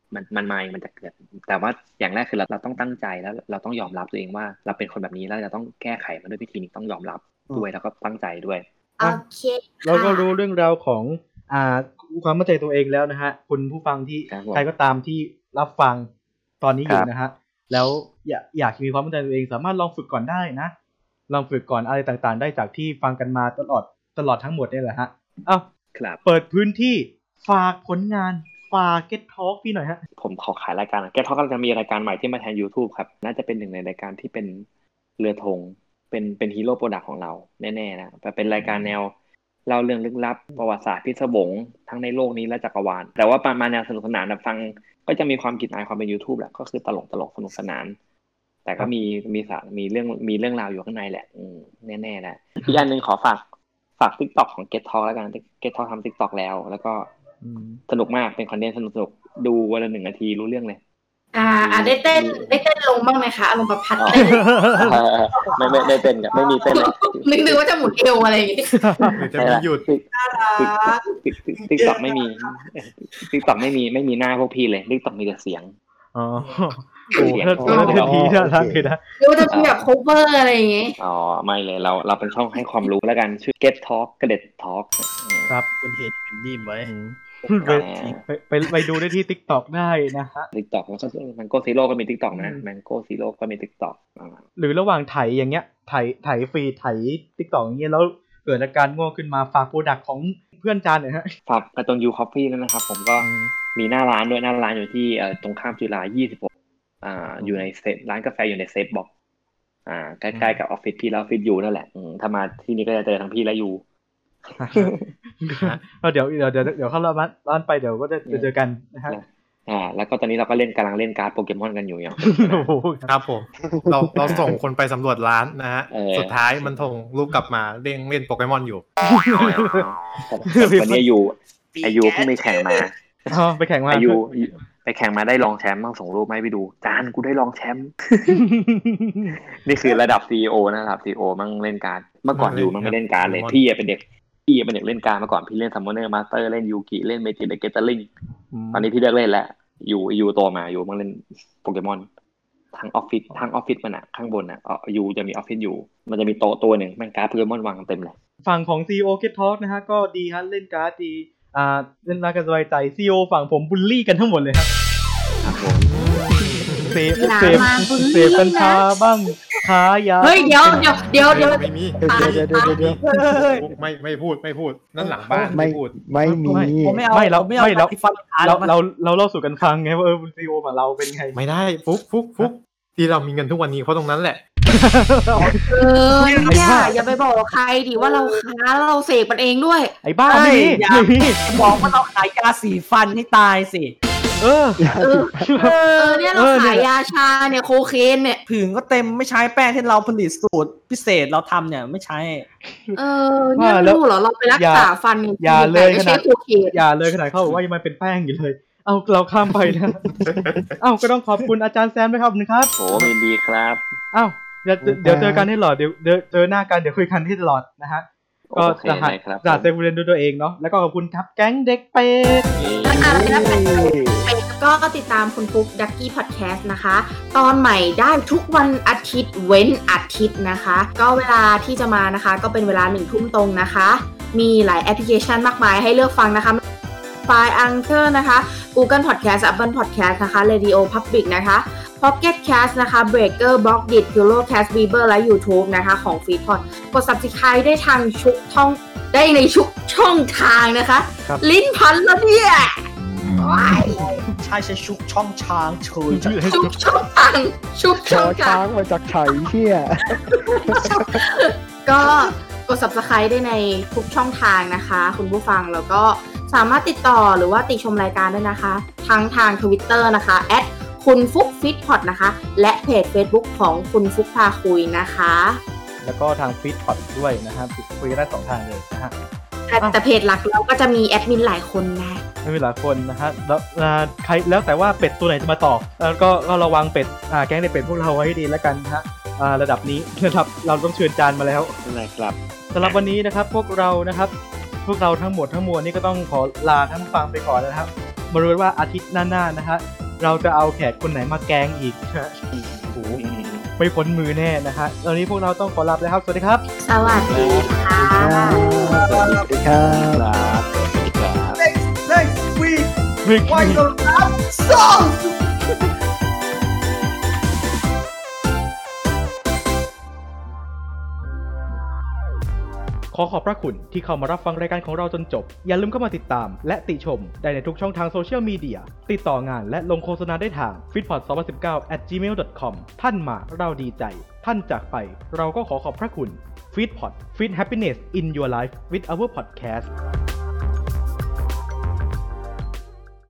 มันจะเกิดแต่ว่าอย่างแรกคือเราต้องตั้งใจแล้วเราต้องยอมรับตัวเองว่าเราเป็นคนแบบนี้แล้วเราต้องแก้ไขมันด้วยวิธีนี้ต้องยอมรับด้วยแล้วก็ตั้งใจด้วยโอเคเราก็รู้เรื่องราวของความมั่นใจตัวเองแล้วนะฮะคุณผู้ฟังที่ใครก็ตามที่รับฟังตอนนี้อยู่นะฮะแล้วอยากมีความมั่นใจตัวเองสามารถลองฝึกก่อนได้นะลองฝึกก่อนอะไรต่างๆได้จากที่ฟังกันมาตลอดทั้งหมดนี่แหละฮะเปิดพื้นที่ฝากผลงานฝาก Get Talk พี่หน่อยฮะผมขอขายรายการ Get Talk กำลังจะมีรายการใหม่ที่มาแทน YouTube ครับน่าจะเป็นหนึ่งในรายการที่เป็นเรือธงเป็นฮีโร่โปรดักต์ของเราแน่ๆนะเป็นรายการแนวเล่าเรื่องลึกลับประวัติศาสตร์พิศวงทั้งในโลกนี้และจักรวาลแต่ว่ามาแนวสนุกสนานฟังก็จะมีความกลิ่นอายความเป็น YouTube แหละก็คือตลกสนุกสนานแต่ก็มีเรื่องราวอยู่ข้างในแหละแน่ๆนะอีกอันนึงขอฝาก TikTok ของ Get Talk แล้วกัน Get Talk ทำ TikTok แล้วก็สนุกมากเป็นคอนเทนต์สนุกดูวันละ1 นาทีรู้เรื่องเลยได้เต้นลงบ้างไหมคะอารมณ์ประพัดเต้นไม่ได้เต้นกับไม่มีเต้นนึกว่าจะหมุนเอวอะไรอย่างงี้จะมีหยุด TikTok ไม่มี TikTok ไม่มีหน้าพวกพี่เลย TikTok มีแต่เสียงโอ้ถ้าทีน่ารักเลยนะรู้จะเป็นแบบ cover อะไรอย่างงี้ไม่เลยเราเป็นช่องให้ความรู้แล้วกันชื่อ Get Talk กระเด็ด Talk ครับคุณเห็นนิ่มไว้ไปดูได้ที่ TikTok ได้นะฮะ TikTok แล้วก็Mango Zero ก็มี TikTok นะ Mango Zero ก็มี TikTok หรือระหว่างไถอย่างเงี้ยไถฟรีไถ TikTok อย่างเงี้ยแล้วเกิดอาการง่วงขึ้นมาฝากโปรดักต์ของเพื่อนจานหน่อยฮะฝากการ์ตูนยูคอฟฟี่นั่นนะครับผมก็มีหน้าร้านด้วยหน้าร้านอยู่ที่ตรงข้ามจุฬา26อยู่ในร้านกาแฟอยู่ในเซฟบ็อกใกล้ๆกับออฟฟิศพี่แล้วออฟฟิศอยู่นั่นแหละถ้ามาที่นี่ก็จะเจอทั้งพี่และยูเดี๋ยวเข้าร้านไปเดี๋ยวก็จะเจอกันนะฮะแล้วก็ตอนนี้เราก็กำลังเล่นการ์ดโปเกมอนกันอยู่อย่างครับผมเราส่งคนไปสำรวจร้านนะฮะสุดท้ายมันส่งรูปกลับมาเล่นโปเกมอนอยู่วันนี้อายุเพิ่งไปแข่งมาไปแข่งมาไปแข่งมาได้รองแชมป์ต้องส่งรูปมาให้ไปดูจานกูได้รองแชมป์นี่คือระดับ CEO นะครับ CEO มั่งเล่นการ์ดเมื่อก่อนอยู่มันไม่เล่นการ์ดเลยพี่เป็นเด็กเล่นการ์ดมาก่อนพี่เล่นซัมมอนเนอร์มาสเตอร์เล่นยูกิเล่นเมจิกเกตเตอร์ลิงตอนนี้พี่เลิกเล่นแล้วอยู่โตมาอยู่มั่งเล่นโปเกมอนทางออฟฟิศมันอ่ะข้างบนอ่ะอยู่จะมีออฟฟิศอยู่มันจะมีโต๊ะตัวนึงแม่งการ์ดโปเกมอนวางเต็มเลยฝั่งของ CEO Get Talk นะฮะก็ดีฮะเล่นการ์ดดีเล่นร้านกันสบายใจ CEO ฝั่งผมบูลลี่กันทั้งหมดเลยครับเสพกัญชาบ้างค้ายาเฮ้ยเดี๋ยวไม่มีไม่พูดนั่นหลังบ้านไม่มีผมไม่เอาเราเล่าสู่กันฟังไงว่าCEO ของเราเป็นไงไม่ได้ฟุกที่เรามีเงินทุกวันนี้เพราะตรงนั้นแหละเนี่ยอย่าไปบอกใครดิว่าเราค้าเราเสกมันเองด้วยไอ้บ้าไม่มีบอกว่าเราขายยาสีฟันให้ตายสิเนี่ยเราขายยาชาเนี่ยโคเคนเนี่ยผื่นก็เต็มไม่ใช้แป้งที่เราผลิตสูตรพิเศษเราทำเนี่ยไม่ใช้เนี่ยรู้เหรอเราไปรักษาฟันอย่าเลยขนาดเขาบอกว่ายังมันเป็นแป้งอยู่เลยเอาเราข้ามไปนะก็ต้องขอบคุณอาจารย์แซมด้วยครับนะครับโอ้ยินดีครับเดี๋ยวเจอกันให้หลอดเดี๋ยวเจอหน้ากันเดี๋ยวคุยกันที่ตลอดนะฮะก็จะเซฟเรียนด้วยตัวเองเนาะแล้วก็ขอบคุณครับแก๊งเด็กเป็ดก็ติดตามคุณฟุ๊กดักกี้พอดแคสต์นะคะตอนใหม่ได้ทุกวันอาทิตย์เว้นอาทิตย์นะคะก็เวลาที่จะมานะคะก็เป็นเวลา 1 ทุ่มตรงนะคะมีหลายแอปพลิเคชันมากมายให้เลือกฟังนะคะSpotify Anchor นะคะ Google Podcast Apple Podcast นะคะ Radio Public นะคะ Pocket Cast นะคะ Breaker Blockdit Pillowcast Bieber และ YouTube นะคะของ Feedpod กด Subscribe ได้ทางได้ในชุกช่องทางนะคะลิ้นพันแล้วเนี่ยใช่ชุกช่องช้างเฉยชุกช่องทางชุกช่องช้างมาจากไฉเหี้ยก็กด Subscribe ได้ในทุกช่องทางนะคะคุณผู้ฟังแล้วก็สามารถติดต่อหรือว่าติชมรายการได้นะคะทั้งทาง Twitter นะคะ คุณฟุกฟิตพอดนะคะและเพจ Facebook ของคุณฟุกพาคุยนะคะแล้วก็ทางฟิตพอดด้วยนะครับคุยได้2ทางเลยนะฮะแต่เพจหลักเราก็จะมีแอดมินหลายคนนะมีหลายคนนะฮะแล้วใครแล้วแต่ว่าเป็ดตัวไหนจะมาต่อแล้วก็ระวังเป็ดแก๊งในเป็ดพวกเราไว้ให้ดีแล้วกันนะฮะระดับนี้นะครับเราต้องเชิญจานมาแล้วนะครับสำหรับวันนี้นะครับพวกเราทั้งหมดทั้งมวลนี่ก็ต้องขอลาท่านผู้ฟังไปก่อนนะครับมาดูว่าอาทิตย์หน้าๆนะฮะเราจะเอาแขกคนไหนมาแกงอีกนะฮะโอ้โหไม่พ้นมือแน่นะฮะตอนนี้พวกเราต้องขอลาไปแล้วครับสวัสดีครับสวัสดีค่ะสวัสดีครับ next week วิก why the rap songs ขอบพระคุณที่เข้ามารับฟังรายการของเราจนจบอย่าลืมเข้ามาติดตามและติชมได้ในทุกช่องทางโซเชียลมีเดียติดต่องานและลงโฆษณาได้ทาง feedpot2019@gmail.com ท่านมาเราดีใจท่านจากไปเราก็ขอบพระคุณ Feedpot Feed Happiness in Your Life with our podcast